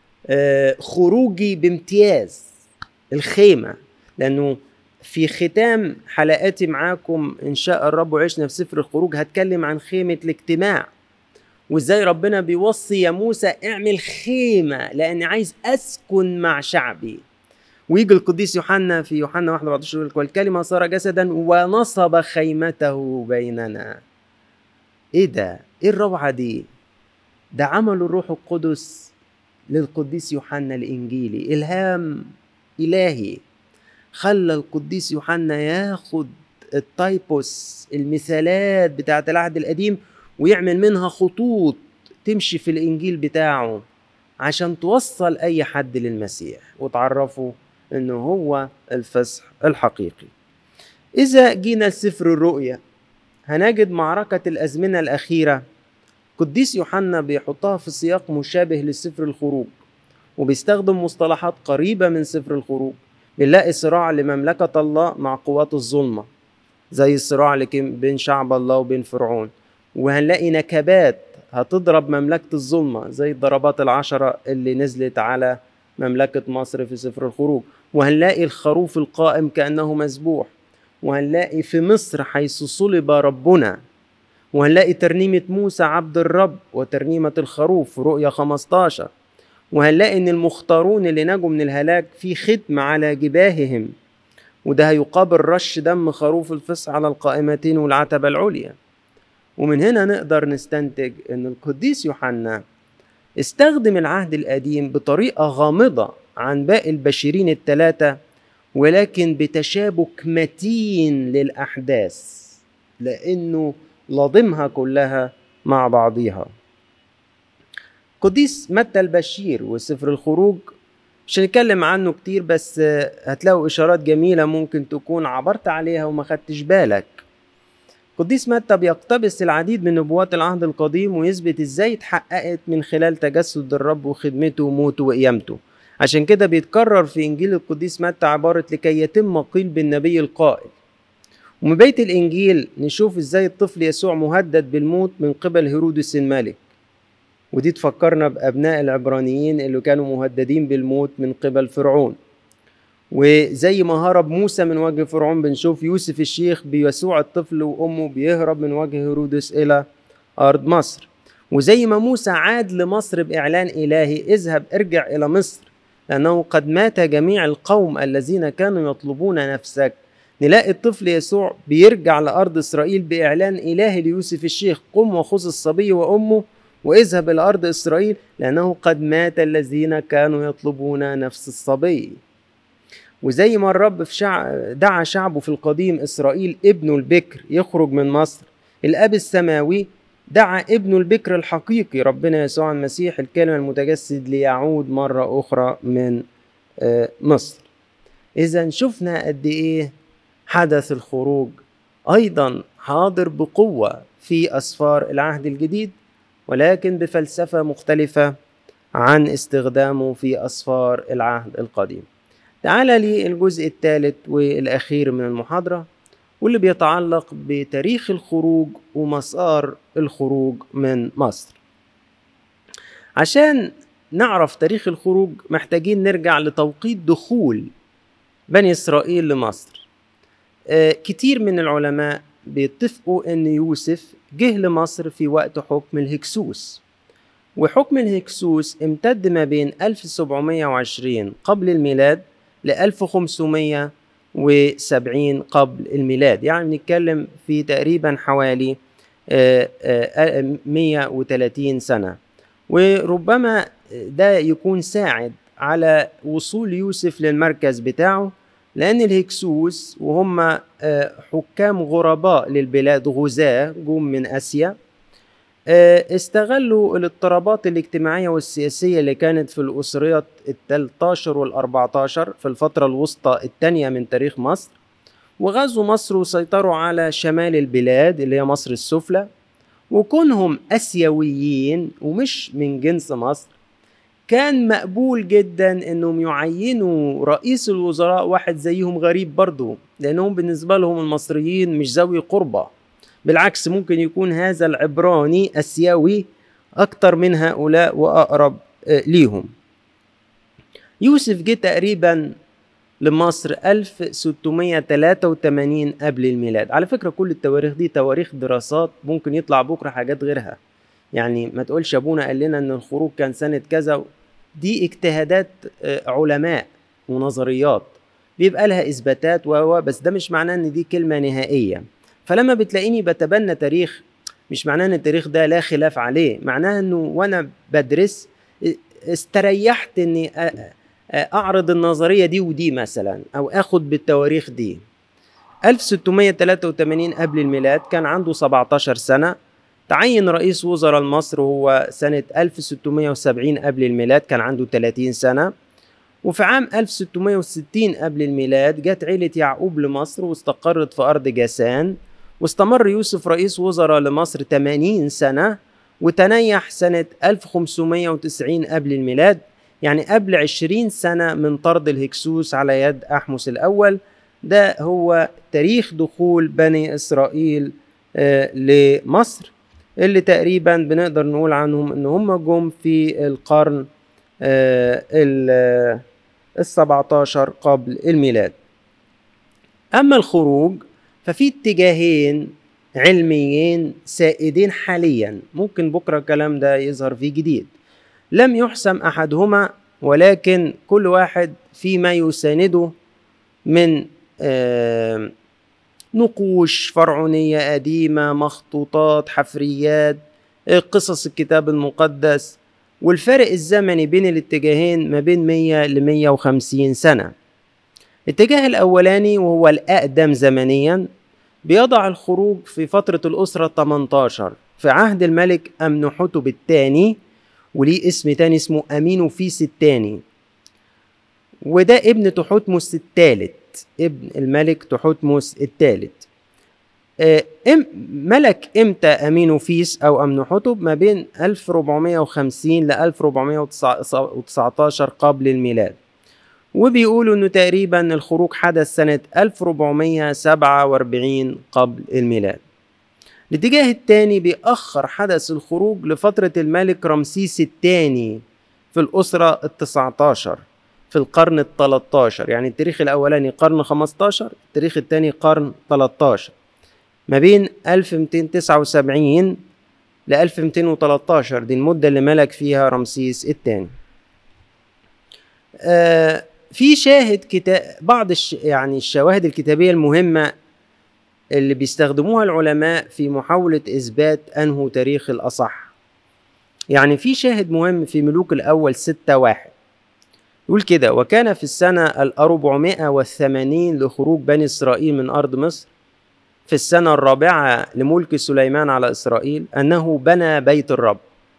خروجي بامتياز الخيمة، لأنه في ختام حلقاتي معاكم إن شاء الرب وعشنا في سفر الخروج هتكلم عن خيمة الاجتماع، وإزاي ربنا بيوصي يا موسى اعمل خيمة لأني عايز أسكن مع شعبي. ويجي القديس يوحنا في يوحنا واحد أربعة عشر يقول: والكلمة صار جسدا ونصب خيمته بيننا. إيه ده؟ إيه الروعة دي؟ ده عمل الروح القدس للقديس يوحنا الإنجيلي، إلهام إلهي خلى القديس يوحنا ياخد التايبوس المثالات بتاعة العهد القديم ويعمل منها خطوط تمشي في الإنجيل بتاعه عشان توصل أي حد للمسيح وتعرفه إنه هو الفصح الحقيقي. إذا جينا لسفر الرؤيا هنجد معركة الأزمنة الأخيرة قديس يوحنا بيحطها في سياق مشابه لسفر الخروج، وبيستخدم مصطلحات قريبة من سفر الخروج. بنلاقي صراع لمملكة الله مع قوات الظلمة زي الصراع اللي بين شعب الله وبين فرعون، وهنلاقي نكبات هتضرب مملكة الظلمة زي الضربات العشرة اللي نزلت على مملكة مصر في سفر الخروج، وهنلاقي الخروف القائم كأنه مذبوح، وهنلاقي في مصر حيث صلب ربنا، وهنلاقي ترنيمة موسى عبد الرب وترنيمة الخروف في رؤيا خمسة عشر، وهنلاقي ان المختارون اللي نجوا من الهلاك في ختم على جباههم، وده هيقابل رش دم خروف الفصح على القائمتين والعتبة العليا. ومن هنا نقدر نستنتج ان القديس يوحنا استخدم العهد القديم بطريقة غامضة عن باقي البشرين الثلاثة، ولكن بتشابك متين للأحداث لأنه لضمها كلها مع بعضها. قديس متى البشير وسفر الخروج مش هنتكلم عنه كتير، بس هتلاقوا إشارات جميلة ممكن تكون عبرت عليها وما خدتش بالك. قديس متى بيقتبس العديد من نبوات العهد القديم ويثبت ازاي اتحققت من خلال تجسد الرب وخدمته وموته وقيامته. عشان كده بيتكرر في إنجيل القديس متى عبارة لكي يتم قيل بالنبي القائل. ومن بيت الإنجيل نشوف ازاي الطفل يسوع مهدد بالموت من قبل هيرودس الملك، ودي تفكرنا بأبناء العبرانيين اللي كانوا مهددين بالموت من قبل فرعون. وزي ما هرب موسى من وجه فرعون بنشوف يوسف الشيخ بيسوع الطفل وأمه بيهرب من وجه هيرودس إلى أرض مصر. وزي ما موسى عاد لمصر بإعلان إلهي اذهب ارجع إلى مصر لأنه قد مات جميع القوم الذين كانوا يطلبون نفسك، نلاقي الطفل يسوع بيرجع لأرض إسرائيل بإعلان إلهي ليوسف الشيخ قم وخذ الصبي وأمه واذهب إلى أرض إسرائيل لأنه قد مات الذين كانوا يطلبون نفس الصبي. وزي ما الرب في شعب دعا شعبه في القديم إسرائيل ابنه البكر يخرج من مصر، الأب السماوي دعا ابنه البكر الحقيقي ربنا يسوع المسيح الكلمة المتجسد ليعود مرة أخرى من مصر. إذا شفنا قد إيه حدث الخروج أيضا حاضر بقوة في أسفار العهد الجديد، ولكن بفلسفة مختلفة عن استخدامه في أسفار العهد القديم. تعال للجزء الثالث والأخير من المحاضرة، واللي بيتعلق بتاريخ الخروج ومسار الخروج من مصر. عشان نعرف تاريخ الخروج محتاجين نرجع لتوقيت دخول بني إسرائيل لمصر. آه كتير من العلماء بيتفقوا أن يوسف جه لمصر في وقت حكم الهكسوس، وحكم الهكسوس امتد ما بين ألف وسبعمائة وعشرين قبل الميلاد ل ألف وخمسمائة وسبعين قبل الميلاد، يعني نتكلم في تقريبا حوالي مئة وثلاثين سنة. وربما ده يكون ساعد على وصول يوسف للمركز بتاعه، لأن الهكسوس وهم حكام غرباء للبلاد غزاة جم من آسيا استغلوا الاضطرابات الاجتماعية والسياسية اللي كانت في الأسريات الثالثة والأربعة عشر في الفترة الوسطى الثانية من تاريخ مصر، وغزوا مصر وسيطروا على شمال البلاد اللي هي مصر السفلى. وكونهم أسيويين ومش من جنس مصر كان مقبول جدا انهم يعينوا رئيس الوزراء واحد زيهم غريب برضو، لانهم بالنسبة لهم المصريين مش ذوي قربة، بالعكس ممكن يكون هذا العبراني أسيوي أكتر من هؤلاء وأقرب ليهم. يوسف جه تقريبا لمصر ألف وستمائة وثلاثة وثمانين قبل الميلاد. على فكرة كل التواريخ دي تواريخ دراسات، ممكن يطلع بكرة حاجات غيرها، يعني ما تقولش أبونا قال لنا أن الخروج كان سنة كذا، دي اجتهادات علماء ونظريات بيبقى لها إثباتات و بس ده مش معناه أن دي كلمة نهائية. فلما بتلاقيني بتبنى تاريخ مش معناه أن التاريخ ده لا خلاف عليه، معناه أنه وأنا بدرس استريحت أني أعرض النظرية دي ودي مثلا، أو أخد بالتواريخ دي. ألف وستمائة وثلاثة وثمانين قبل الميلاد كان عنده سبعة عشر سنة، تعين رئيس وزراء مصر هو سنة ألف وستمائة وسبعين قبل الميلاد كان عنده ثلاثين سنة. وفي عام ألف وستمائة وستين قبل الميلاد جت عيلة يعقوب لمصر واستقرت في أرض جاسان، واستمر يوسف رئيس وزراء لمصر ثمانين سنة، وتنيح سنة ألف وخمسمائة وتسعين قبل الميلاد، يعني قبل عشرين سنة من طرد الهكسوس على يد أحمس الأول. ده هو تاريخ دخول بني إسرائيل لمصر، اللي تقريبا بنقدر نقول عنهم ان هم جم في القرن السبعة عشر قبل الميلاد. اما الخروج ففي اتجاهين علميين سائدين حاليا، ممكن بكرة الكلام ده يظهر فيه جديد، لم يحسم احدهما، ولكن كل واحد فيما يسانده من آه نقوش فرعونية قديمة، مخطوطات، حفريات، قصص الكتاب المقدس، والفارق الزمني بين الاتجاهين ما بين مية ل مية وخمسين سنة. الاتجاه الأولاني وهو الأقدم زمنيا بيضع الخروج في فترة الأسرة التمنتاشر في عهد الملك أمنحتب الثاني، وليه اسم تاني اسمه أمينوفيس الثاني، وده ابن تحتمس الثالث، ابن الملك تحتمس الثالث. إم ملك امتى أمينوفيس أو أمنحتب؟ ما بين ألف وأربعمية وخمسين ل ألف وأربعمية وتسعتاشر قبل الميلاد، وبيقولوا انه تقريبا الخروج حدث سنة ألف وأربعمية وسبعة وأربعين قبل الميلاد. الاتجاه الثاني بيأخر حدث الخروج لفترة الملك رمسيس الثاني في الأسرة التسعتاشر في القرن التلتاشر، يعني التاريخ الأولاني قرن خمستاشر، التاريخ الثاني قرن تلتاشر، ما بين ألف ومئتين وتسعة وسبعين ل ألف ومئتين وتلتاشر، دي المدة اللي ملك فيها رمسيس الثاني. آه في شاهد كتاب بعض الش... يعني الشواهد الكتابية المهمة اللي بيستخدموها العلماء في محاولة إثبات أنه تاريخ الأصح. يعني في شاهد مهم في ملوك الأول ستة واحد يقول كده: وكان في السنة الأربعمائة والثمانين لخروج بني إسرائيل من أرض مصر في السنة الرابعة لملك سليمان على إسرائيل أنه بنى بيت الرب.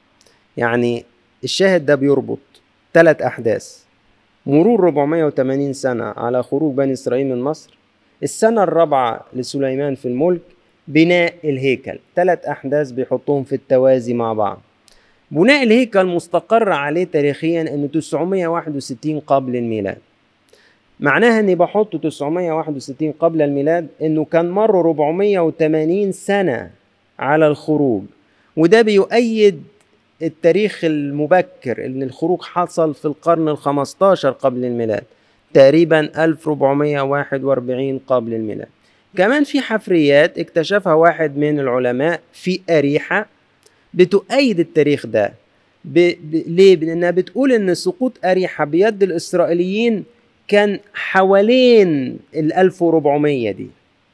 يعني الشاهد ده بيربط ثلاث أحداث: مرور أربعمائة وثمانين سنة على خروج بني إسرائيل من مصر، السنة الرابعة لسليمان في الملك، بناء الهيكل. ثلاث أحداث بيحطوهم في التوازي مع بعض. بناء الهيكل مستقر عليه تاريخيا أنه تسعمائة وواحد وستين قبل الميلاد. معناها أني بحط تسعمائة وواحد وستين قبل الميلاد أنه كان مر أربعمائة وثمانين سنة على الخروج، وده بيؤيد التاريخ المبكر ان الخروج حصل في القرن الخمستاشر قبل الميلاد، تقريبا ألف وأربعمائة وواحد وأربعين قبل الميلاد. كمان في حفريات اكتشفها واحد من العلماء في أريحة بتؤيد التاريخ ده. ب... ب... ليه؟ لأنها بتقول ان سقوط أريحة بيد الإسرائيليين كان حوالين ال ألف وأربعمائة دي.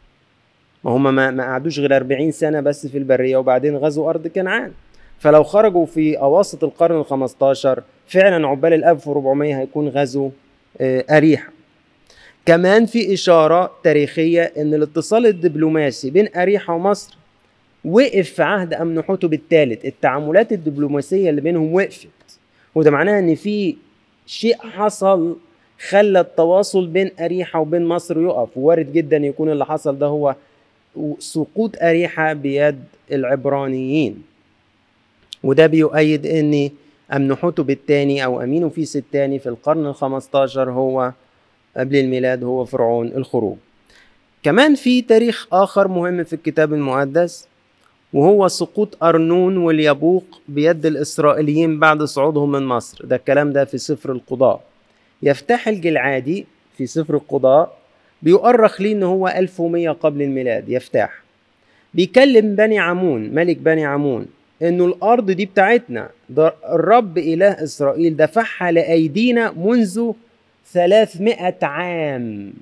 ما هم ما, ما قعدوش غير أربعين سنة بس في البرية وبعدين غزوا أرض كنعان، فلو خرجوا في أواسط القرن الخمستاشر فعلا عقبال ال ألف وأربعمائة هيكون غزو أريحة. كمان في إشارة تاريخية إن الاتصال الدبلوماسي بين أريحة ومصر وقف في عهد أمنحتب الثالث، التعاملات الدبلوماسية اللي بينهم وقفت، وده معناه إن في شيء حصل خلى التواصل بين أريحة وبين مصر يقف. وارد جدا يكون اللي حصل ده هو سقوط أريحة بيد العبرانيين، وده بيؤيد ان أمنحتب الثاني او أمينوفيس الثاني في القرن الخمستاشر هو قبل الميلاد هو فرعون الخروج. كمان في تاريخ اخر مهم في الكتاب المقدس، وهو سقوط أرنون واليبوق بيد الإسرائيليين بعد صعودهم من مصر. ده الكلام ده في سفر القضاء. يفتح الجلعادي في سفر القضاء بيؤرخ ليه ان هو ألف ومائة قبل الميلاد. يفتح بيكلم بني عمون، ملك بني عمون، انه الارض دي بتاعتنا، ده الرب اله اسرائيل دفعها لايدينا منذ ثلاثمائة عام.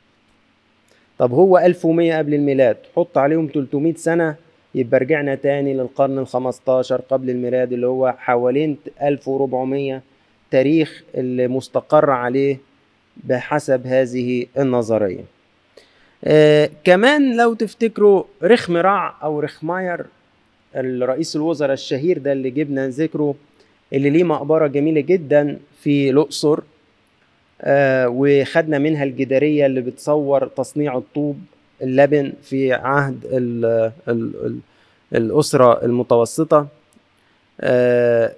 طب هو ألف ومائة قبل الميلاد، حط عليهم ثلاثمائة سنة، يبقى رجعنا تاني للقرن الخمستاشر قبل الميلاد اللي هو حوالين ألف وأربعمائة، تاريخ اللي مستقر عليه بحسب هذه النظرية. آه كمان لو تفتكروا رخمرع او رخماير، الرئيس الوزراء الشهير ده اللي جبنا ذكره، اللي ليه مقبرة جميلة جدا في الأقصر، آه وخدنا منها الجدارية اللي بتصور تصنيع الطوب اللبن في عهد ال ال ال الأسرة المتوسطة. آه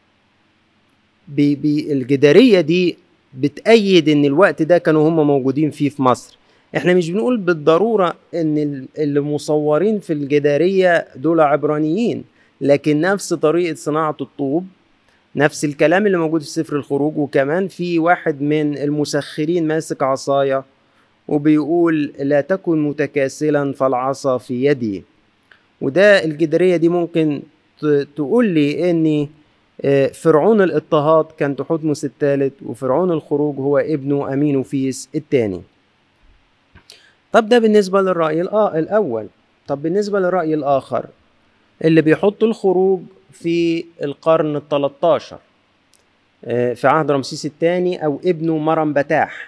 بي بي الجدارية دي بتأيد ان الوقت ده كانوا هم موجودين فيه في مصر. احنا مش بنقول بالضرورة ان اللي مصورين في الجدارية دول عبرانيين، لكن نفس طريقة صناعة الطوب، نفس الكلام اللي موجود في سفر الخروج. وكمان في واحد من المسخرين ماسك عصاية وبيقول لا تكن متكاسلا فالعصا في يدي. وده الجدارية دي ممكن تقول لي ان فرعون الاضطهاد كان تحتمس الثالث، وفرعون الخروج هو ابنه أمينوفيس الثاني. طب ده بالنسبة للرأي الأول. طب بالنسبة للرأي الآخر اللي بيحط الخروج في القرن الثالث عشر في عهد رمسيس الثاني أو ابنه مرم بتاح.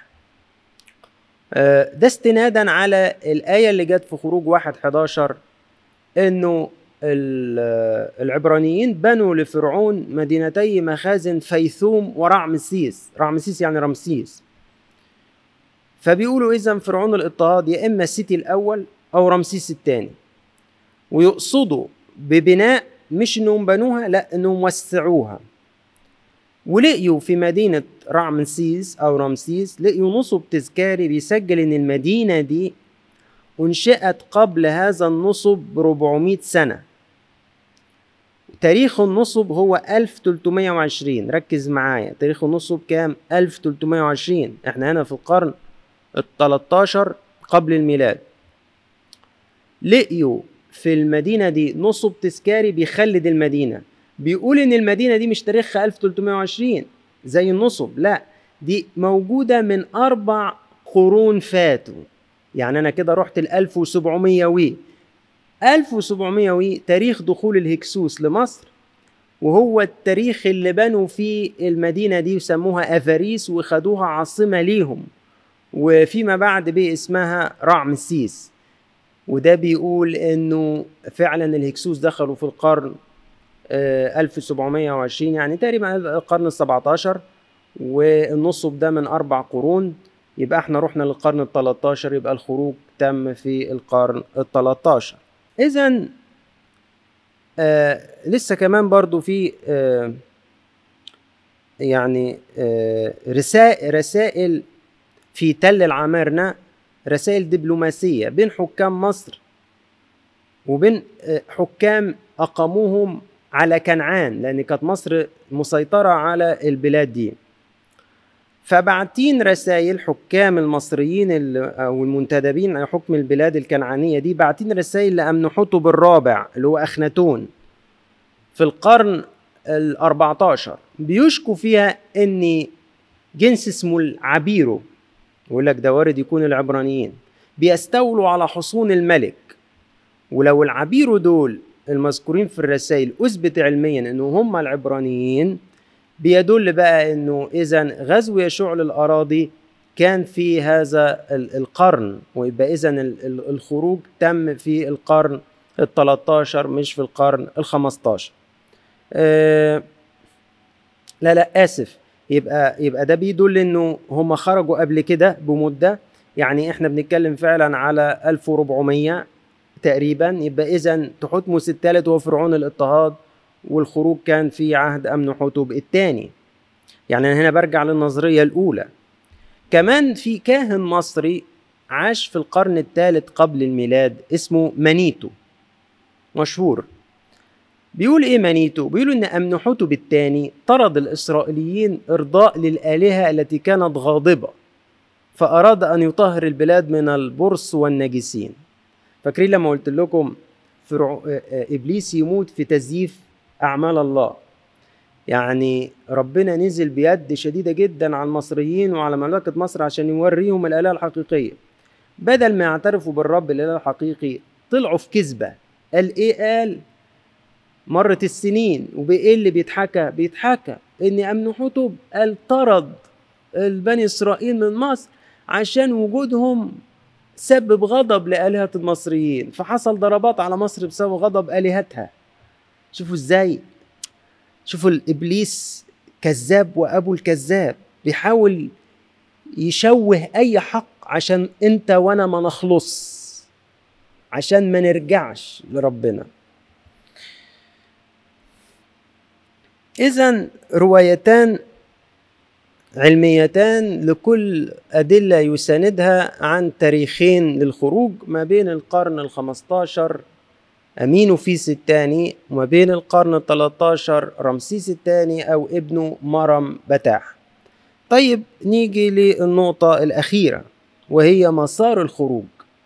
ده استنادا على الآية اللي جت في خروج واحد حداشر إنه العبرانيين بنوا لفرعون مدينتي مخازن فيثوم ورعمسيس. رعمسيس يعني رمسيس. فبيقولوا إذن فرعون الاضطهاد يا إما السيتي الأول أو رمسيس الثاني، ويقصدوا ببناء مش إنهم بنوها، لا إنهم وسعوها. ولقيوا في مدينة رعمسيس أو رمسيس لقيوا نصب تذكاري بيسجل إن المدينة دي أنشئت قبل هذا النصب بربعمائة سنة. تاريخ النصب هو ألف وثلاثمائة وعشرين. ركز معايا، تاريخ النصب كام؟ ألف وثلاثمائة وعشرين. احنا هنا في القرن الثالث عشر قبل الميلاد. لقيوا في المدينة دي نصب تذكاري بيخلد المدينة، بيقول ان المدينة دي مش تاريخها ألف وثلاثمائة وعشرين زي النصب، لا دي موجودة من اربع قرون فاتوا. يعني انا كده رحت ل ألف وسبعمائة وي ألف وسبعمائة وي تاريخ دخول الهكسوس لمصر، وهو التاريخ اللي بنوا فيه المدينة دي وسموها أفاريس وخدوها عاصمة ليهم، وفيما بعد بقى اسمها رعمسيس. وده بيقول انه فعلا الهكسوس دخلوا في القرن ألف وسبعمائة وعشرين، يعني تقريبا القرن السابع عشر، والنصب ده من أربع قرون. يبقى احنا رحنا للقرن الثالث عشر، يبقى الخروج تم في القرن الثالث عشر. إذن آه لسه كمان برضو في آه يعني آه رسائل, رسائل في تل العمارنة، رسائل دبلوماسية بين حكام مصر وبين آه حكام أقاموهم على كنعان، لأن كانت مصر مسيطرة على البلاد دي. فبعتين رسائل حكام المصريين أو المنتدبين على حكم البلاد الكنعانية دي، بعتين رسائل لأمنحتب الرابع اللي هو أخناتون في القرن الأربعة عشر، بيشكوا فيها أن جنس اسمه العبيرو، يقول لك ده وارد يكون العبرانيين، بيستولوا على حصون الملك. ولو العبيرو دول المذكورين في الرسائل أثبت علميا أنه هم العبرانيين، بيدل بقى أنه إذن غزو يشوع للأراضي كان في هذا القرن، ويبقى إذن الخروج تم في القرن الثالث عشر مش في القرن الخمسة عشر. أه لا لا آسف، يبقى يبقى ده بيدل أنه هم خرجوا قبل كده بمدة، يعني إحنا بنتكلم فعلا على ألف وأربعمائة تقريبا. يبقى إذن تحتمس الثالث هو فرعون الاضطهاد، والخروج كان في عهد أمنحتب الثاني. يعني أنا هنا برجع للنظرية الأولى. كمان في كاهن مصري عاش في القرن الثالث قبل الميلاد اسمه منيتو، مشهور. بيقول إيه منيتو؟ بيقول إن أمنحتب الثاني طرد الإسرائيليين إرضاء للآلهة التي كانت غاضبة، فأراد أن يطهر البلاد من البرص والنجسين. فاكرين لما قلت لكم فرع... إبليس يموت في تزييف أعمال الله؟ يعني ربنا نزل بيد شديدة جدا على المصريين وعلى مملكة مصر عشان يوريهم الآلهة الحقيقية. بدل ما يعترفوا بالرب الإله الحقيقي طلعوا في كذبة. قال إيه؟ قال مرت السنين وبإيه اللي بيتحكى؟ بيتحكى إن أمنحتب قال طرد البني إسرائيل من مصر عشان وجودهم سبب غضب لآلهة المصريين، فحصل ضربات على مصر بسبب غضب آلهتها. شوفوا إزاي، شوفوا الإبليس كذاب وأبو الكذاب، بيحاول يشوه أي حق عشان أنت وأنا ما نخلص، عشان ما نرجعش لربنا. إذن روايتان علميتان لكل أدلة يساندها عن تاريخين للخروج ما بين القرن الخمسة عشر أمينوفيس الثاني وما بين القرن الثالث عشر رمسيس الثاني أو ابنه مرم بتاح. طيب نيجي للنقطة الأخيرة وهي مسار الخروج.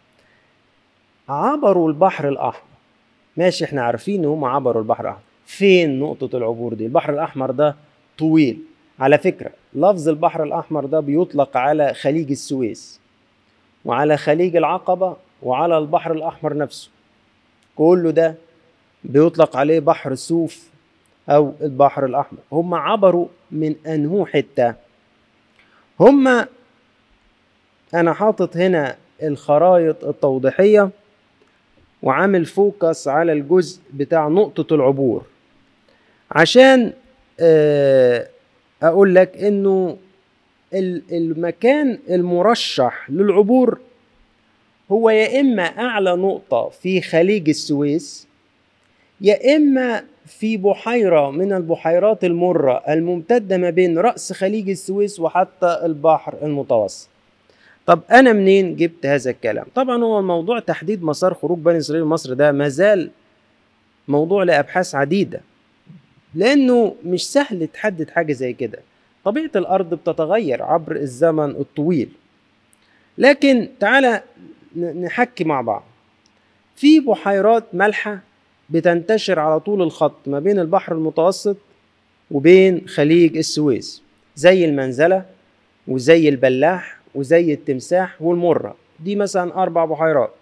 عبروا البحر الأحمر، ماشي، احنا عارفين هم عبروا البحر الأحمر. فين نقطة العبور دي؟ البحر الأحمر ده طويل. على فكرة لفظ البحر الأحمر ده بيطلق على خليج السويس وعلى خليج العقبة وعلى البحر الأحمر نفسه، كله ده بيطلق عليه بحر سوف أو البحر الأحمر. هم عبروا من أنهو حتة؟ هم أنا حاطط هنا الخرائط التوضيحية وعامل فوكس على الجزء بتاع نقطة العبور، عشان أقول لك إنه المكان المرشح للعبور هو يا إما أعلى نقطة في خليج السويس، يا إما في بحيرة من البحيرات المرة الممتدة ما بين رأس خليج السويس وحتى البحر المتوسط. طب أنا منين جبت هذا الكلام؟ طبعا هو الموضوع تحديد مسار خروج بني إسرائيل مصر ده مازال موضوع لأبحاث عديدة، لأنه مش سهل تحدد حاجة زي كده. طبيعة الأرض بتتغير عبر الزمن الطويل. لكن تعالى نحكي مع بعض. في بحيرات مالحة بتنتشر على طول الخط ما بين البحر المتوسط وبين خليج السويس، زي المنزلة وزي البلاح وزي التمساح والمرة. دي مثلا أربع بحيرات.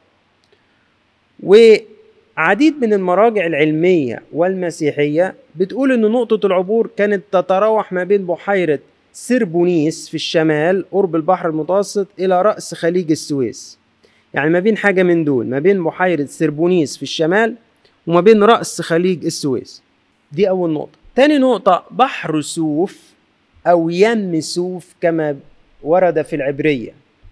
وعديد من المراجع العلمية والمسيحية بتقول إن نقطة العبور كانت تتراوح ما بين بحيرة سربونيس في الشمال قرب البحر المتوسط إلى رأس خليج السويس. يعني ما بين حاجة من دول، ما بين بحيرة سربونيس في الشمال وما بين رأس خليج السويس. دي أول نقطة. تاني نقطة، بحر سوف أو يم سوف كما ورد في العبرية.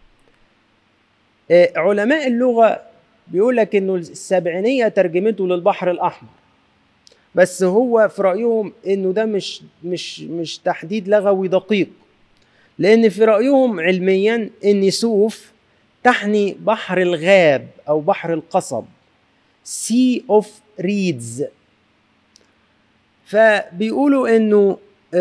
علماء اللغة بيقول لك إنه السبعينية ترجمته للبحر الأحمر، بس هو في رأيهم إنه ده مش مش مش تحديد لغوي دقيق، لأن في رأيهم علميا إن سوف تحني بحر الغاب أو بحر القصب، Sea of Reeds. فبيقولوا إنه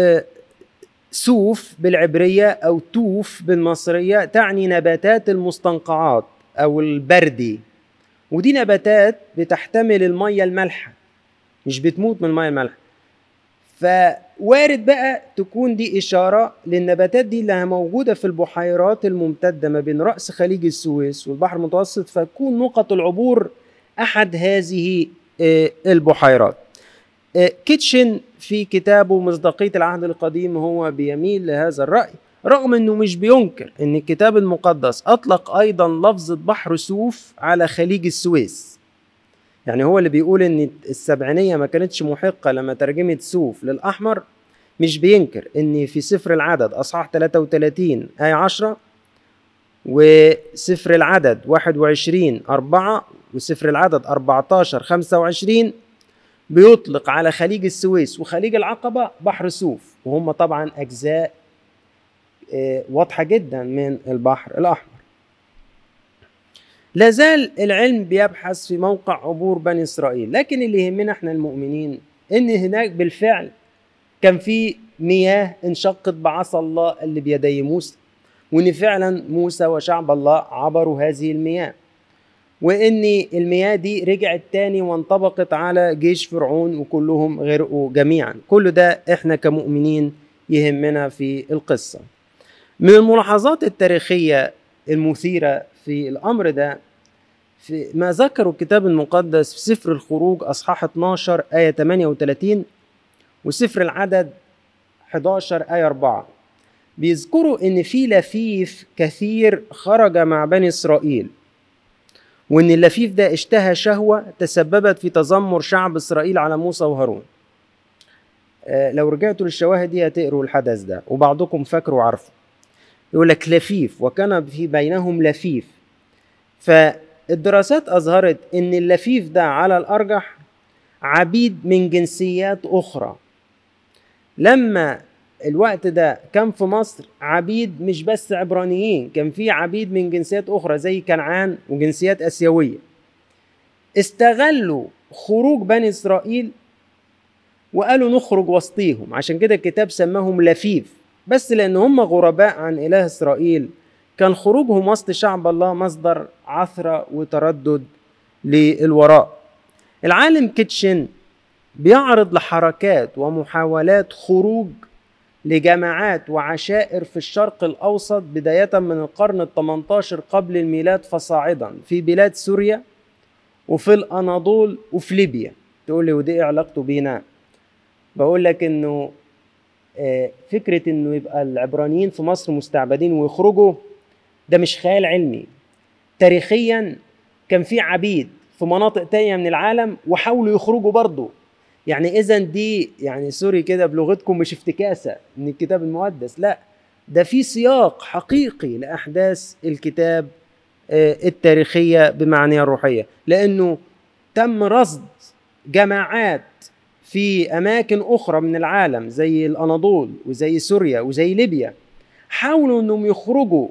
سوف بالعبرية أو توف بالمصرية تعني نباتات المستنقعات أو البردي، ودي نباتات بتحتمل المية المالحة، مش بتموت من المية المالحة. فوارد بقى تكون دي إشارة للنباتات دي اللي موجودة في البحيرات الممتدة ما بين رأس خليج السويس والبحر المتوسط، فتكون نقط العبور أحد هذه البحيرات. كيتشن في كتابه مصداقية العهد القديم هو بيميل لهذا الرأي، رغم أنه مش بينكر أن الكتاب المقدس أطلق أيضا لفظة بحر سوف على خليج السويس. يعني هو اللي بيقول أن السبعينية ما كانتش محقة لما ترجمت سوف للأحمر، مش بينكر أن في سفر العدد أصحاح ثلاثة وثلاثين آية عشرة وسفر العدد واحد وعشرين أربعة وسفر العدد أربعة عشر خمسة وعشرين بيطلق على خليج السويس وخليج العقبة بحر سوف، وهم طبعا أجزاء واضحة جدا من البحر الأحمر. لازال العلم بيبحث في موقع عبور بني إسرائيل، لكن اللي يهمنا احنا المؤمنين ان هناك بالفعل كان في مياه انشقت بعصا الله اللي بيدي موسى، وان فعلا موسى وشعب الله عبروا هذه المياه، وان المياه دي رجعت تاني وانطبقت على جيش فرعون وكلهم غرقوا جميعا. كل ده احنا كمؤمنين يهمنا في القصة. من الملاحظات التاريخية المثيرة في الأمر ده في ما ذكره الكتاب المقدس في سفر الخروج أصحاح اثناشر آية ثمانية وثلاثين وسفر العدد أحد عشر آية أربعة. بيذكروا إن في لفيف كثير خرج مع بني إسرائيل، وإن اللفيف ده اشتهى شهوة تسببت في تذمر شعب إسرائيل على موسى وهارون. آه لو رجعتوا للشواهد دي هتقروا الحدث ده، وبعضكم فاكروا وعارفه. يقول لك لفيف وكان في بينهم لفيف. فالدراسات أظهرت إن اللفيف ده على الأرجح عبيد من جنسيات أخرى. لما الوقت ده كان في مصر عبيد مش بس عبرانيين، كان في عبيد من جنسيات أخرى زي كنعان وجنسيات أسيوية. استغلوا خروج بني إسرائيل وقالوا نخرج وسطيهم، عشان كده الكتاب سماهم لفيف، بس لأن هم غرباء عن إله إسرائيل كان خروجهم وسط شعب الله مصدر عثرة وتردد للوراء. العالم كيتشن بيعرض لحركات ومحاولات خروج لجماعات وعشائر في الشرق الأوسط بداية من القرن الثامن عشر قبل الميلاد فصاعدا في بلاد سوريا وفي الأناضول وفي ليبيا. تقول لي ودي علاقته بينا؟ بقول لك انه آه، فكرة انه يبقى العبرانيين في مصر مستعبدين ويخرجوا، ده مش خيال علمي. تاريخيا كان في عبيد في مناطق تانية من العالم وحاولوا يخرجوا برضه. يعني اذا دي يعني سوري كده بلغتكم مش افتكاسة من الكتاب المقدس، لا، ده في سياق حقيقي لأحداث الكتاب آه، التاريخية بمعنى الروحية، لأنه تم رصد جماعات في أماكن أخرى من العالم زي الأناضول وزي سوريا وزي ليبيا، حاولوا أنهم يخرجوا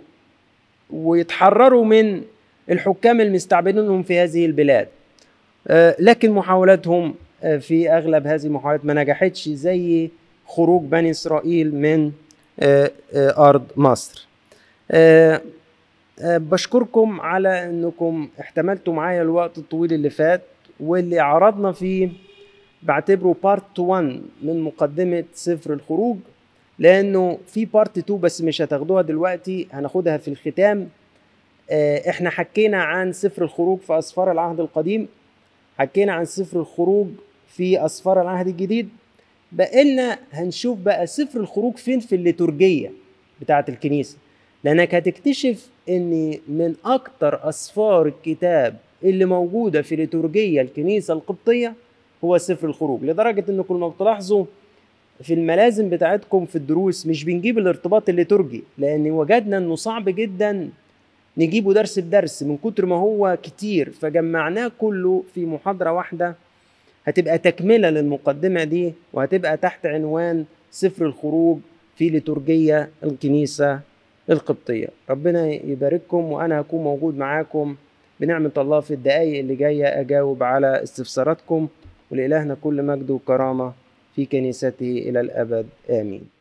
ويتحرروا من الحكام المستعبدينهم في هذه البلاد، آه، لكن محاولاتهم آه، في أغلب هذه المحاولات ما نجحتش، زي خروج بني إسرائيل من آه، آه، أرض مصر. آه، آه، بشكركم على أنكم احتملتوا معايا الوقت الطويل اللي فات واللي عرضنا فيه، بعتبره بارت واحد من مقدمة سفر الخروج، لأنه في بارت اتنين بس مش هتاخدوها دلوقتي، هناخدها في الختام. آه، احنا حكينا عن سفر الخروج في أسفار العهد القديم، حكينا عن سفر الخروج في أسفار العهد الجديد، بقلنا هنشوف بقى سفر الخروج فين في الليتورجية بتاعة الكنيسة، لأنك هتكتشف ان من أكتر أسفار الكتاب اللي موجودة في ليتورجية الكنيسة القبطية هو سفر الخروج، لدرجة انكم لما بتلاحظوا في الملازم بتاعتكم في الدروس مش بنجيب الارتباط الليتورجي، لأن وجدنا انه صعب جدا نجيبه درس بدرس من كتر ما هو كتير، فجمعناه كله في محاضرة واحدة هتبقى تكملة للمقدمة دي، وهتبقى تحت عنوان سفر الخروج في ليتورجية الكنيسة القبطية. ربنا يبارككم، وأنا هكون موجود معاكم بنعمة الله في الدقايق اللي جاية أجاوب على استفساراتكم، ولإلهنا كل مجد وكرامة في كنيسته إلى الأبد، آمين.